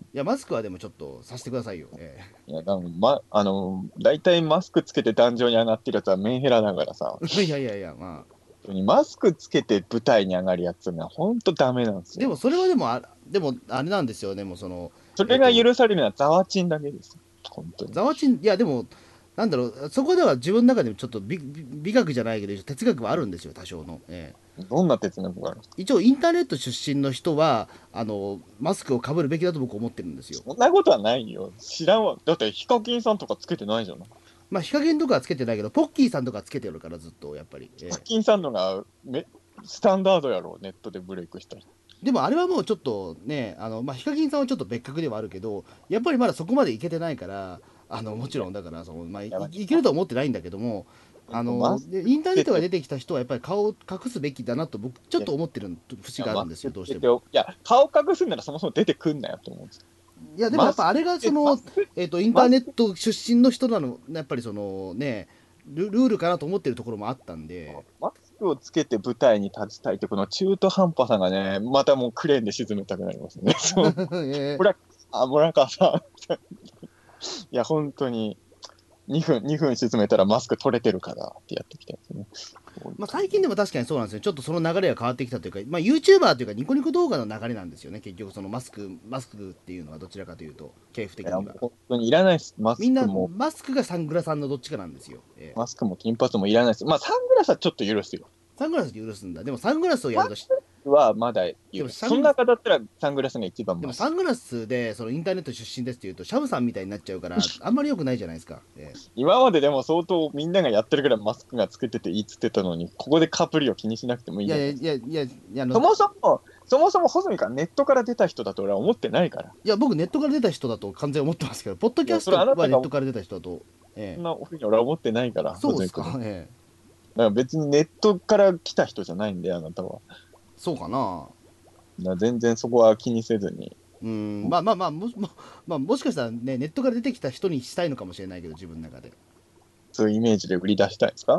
いやマスクはでもちょっとさせてくださいよ、えいや、多分ま、あの、大体マスクつけて壇上に上がってるやつはメンヘラだからさ、 ー、いやいやいやまあ本当にマスクつけて舞台に上がるやつが本当ダメなんですよ。 でもそれはでもあでもあれなんですよでもそのそれがえっ、と許されるのはザワチンだけです。本当に。 ざわちんいやでもなんだろうそこでは自分の中でもちょっと美美美学じゃないけど哲学はあるんですよ多少の、ええどんな哲学があるんですか？ 一応インターネット出身の人はあのマスクをかぶるべきだと僕は思ってるんですよ。 そんなことはないよ。知らんわ。だってヒカキンさんとかつけてないじゃん。ヒまあ日陰とかはつけてないけどポッキーさんとかつけてるからずっとやっぱり、ええカキンさんのがめスタンダードやろ、ネットでブレイクした人。 でもあれはもうちょっとねあの、まあ、ヒカキンさんはちょっと別格ではあるけどやっぱりまだそこまでいけてないからあのもちろんだからその、まあ、いやばい。 いけるとは思ってないんだけどもあマスのでインターネットがクつけて、 出てきた人はやっぱり顔を隠すべきだなと僕ちょっと思ってる節があるんですマスクよどうしても。 つけてお、いや、顔隠すんならそもそも出てくんなよと思うんですよ。 いやでもやマスクっぱあれがその、 マスク、 えー、とインターネッマスク、 ト出身の人なのやっぱりそのねルルールかなと思ってるところもあったんで。 マスクをつけて舞台に立ちたいってこの中途半端さがね、またもうクレーンで沈めたくなりますね。そう。 えー村あ、村川さん。いや、本当に、にふん、にふん沈めたらマスク取れてるからってやってきたんですね。 まあ、最近でも確かにそうなんですよちょっとその流れが変わってきたというか、まあ、YouTuber というかニコニコ動画の流れなんですよね結局そのマスクマスクっていうのはどちらかというと系譜的いや、 にはもう本当にいらないです。マみんなスクも、 マスクがサングラさんのどっちかなんですよ、えーマスクも金髪もいらないです。まあ、サングラスはちょっと許すよ。 サングラスで許すんだでもサングラスをやるとしはまだで許す。 もサンその中だったらサングラスが一番マシ。 でもサングラスでそのインターネット出身ですっていうとシャムさんみたいになっちゃうからあんまり良くないじゃないですか、えー今まででも相当みんながやってるぐらいマスクがつけてていいっつってたのに、ここでカプリを気にしなくてもいいいやいじゃないですか。 やいやいやいやあのそもそも、そもそも穂積がネットから出た人だと俺は思ってないから。 いや僕ネットから出た人だと完全に思ってますけどポッドキャスいやそれあなたがトはネットから出た人だと、えそんなふうに俺は思ってないから、 ー、そうですか、 穂積君。だえから別にネットから来た人じゃないんで、あなたは。 ー、そうかなだから全然そこは気にせずに。 うん、まあまあまあもし、もまあ、もしかしたらね、ネットから出てきた人にしたいのかもしれないけど、自分の中で。 そういうイメージで売り出したいですか？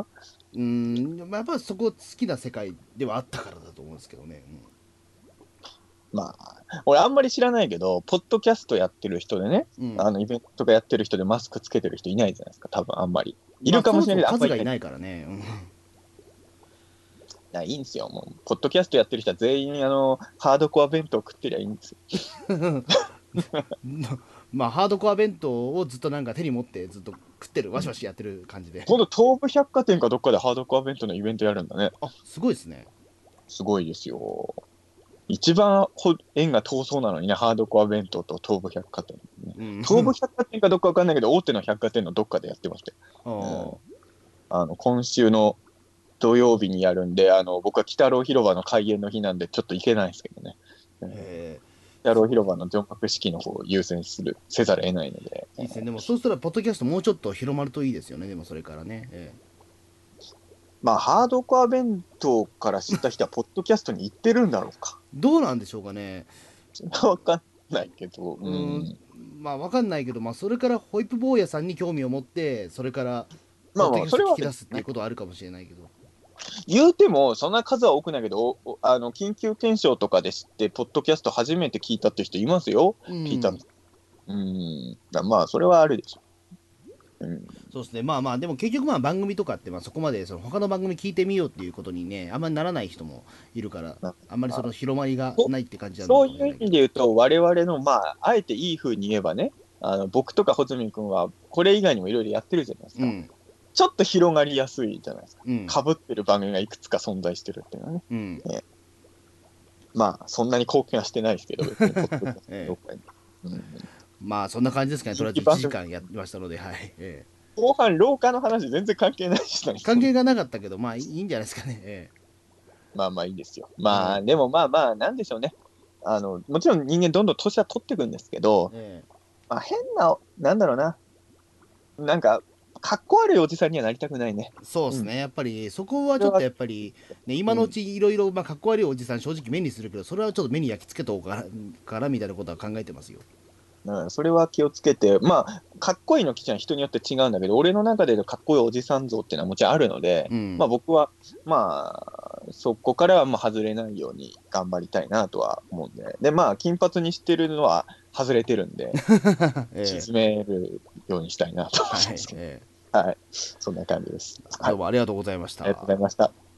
うーん、まあやっぱそこ好きな世界ではあったからだと思うんですけどね。 まあ、俺あんまり知らないけど、ポッドキャストやってる人でね、 うん。うん、 あのイベントとかやってる人でマスクつけてる人いないじゃないですか、多分あんまり。いまあそもそもるかもしれないけど、あんまりいない。 数がいないからね。うん。 いや、いいんですよ。もう、ポッドキャストやってる人は全員、あの、ハードコア弁当食ってりゃいいんですよ。 まあハードコア弁当をずっとなんか手に持ってずっと食ってる、わしわしやってる感じで。 今度、東武百貨店かどっかでハードコア弁当のイベントやるんだね。 あ、すごいですね。 すごいですよ。一番ほ縁が遠そうなのにね、ハードコア弁当と東武百貨店、ね。 うん。 東武百貨店かどっかわかんないけど、大手の百貨店のどっかでやってましたよ。 あー、 あの、今週の土曜日にやるんで、あの、僕は北郎広場の開園の日なんで、ちょっと行けないんですけどね。 え北郎広場の除幕式の方を優先する、せざるを得ないので。 ー、いいですね。でもそうしたらポッドキャストもうちょっと広まるといいですよね。でもそれからね。えまあ、ハードコア弁当から知った人は、ポッドキャストに行ってるんだろうか。 ー、どうなんでしょうかね。 それはわかんないけど、 ううーん、 ん。 まあわかんないけど、まあそれからホイップ坊やさんに興味を持って、それからポまあまあ、 ッドキャストそれはあ聞き出すっていうれですね。 ことはあるかもしれないけど。 言うても、そんな数は多くないけど、おあの、緊急検証とかで知って、ポッドキャスト初めて聞いたって人いますよ。 う聞いたの。 ん。 うん。だまあ、それはあるでしょ。うん。 そうですね。まあまあ、でも結局まあ番組とかってまあそこまでその他の番組聞いてみようっていうことにね、あんまりならない人もいるから、 まあんまりその広まりがそないって感じなのかそういう意味もしれないけど。 で言うと、我々の、まあ、あえていい風に言えばね、あの僕とか穂積君は、これ以外にもいろいろやってるじゃないですか。 うん。 ちょっと広がりやすいじゃないですか。 うん。 かぶってる番組がいくつか存在してるっていうのはね。 うん。 ねまあ、そんなに貢献はしてないですけど、別にポッドキャストええ、 どっかに。うんまあそんな感じですかね。とりあえず1 人気番組時間やりましたので、はい。ええ、 後半、廊下の話全然関係ないしな関係がなかったけど、まあいいんじゃないですかね。えまあまあいいですよ。 え、 まあ、 はい。 でもまあまあ、なんでしょうね。あの、もちろん人間どんどん年は取っていくんですけど、 ええ、 まあ変な、なんだろうな。なんか、かっこ悪いおじさんにはなりたくないね。うん。 そうですね。やっぱりそこはちょっとそれは、 やっぱり、ね、今のううん。 ちいろいろ、まあ、かっこ悪いおじさん正直目にするけど、それはちょっと目に焼き付けとこうからからみたいなことは考えてますよ。 うん、それは気をつけて、まあ、かっこいいの基準は人によって違うんだけど、俺の中でのかっこいいおじさん像っていうのはもちろんあるので、 うん。 まあ僕は、まあ、そこからはまあ外れないように頑張りたいなとは思うんで、で、まあ、金髪にしてるのは外れてるんで、 え沈めるようにしたいなとえ、はい。 思いますけど、 えはい。そんな感じです。 え、 はい。 どうもありがとうございましありがとうございた。 ました。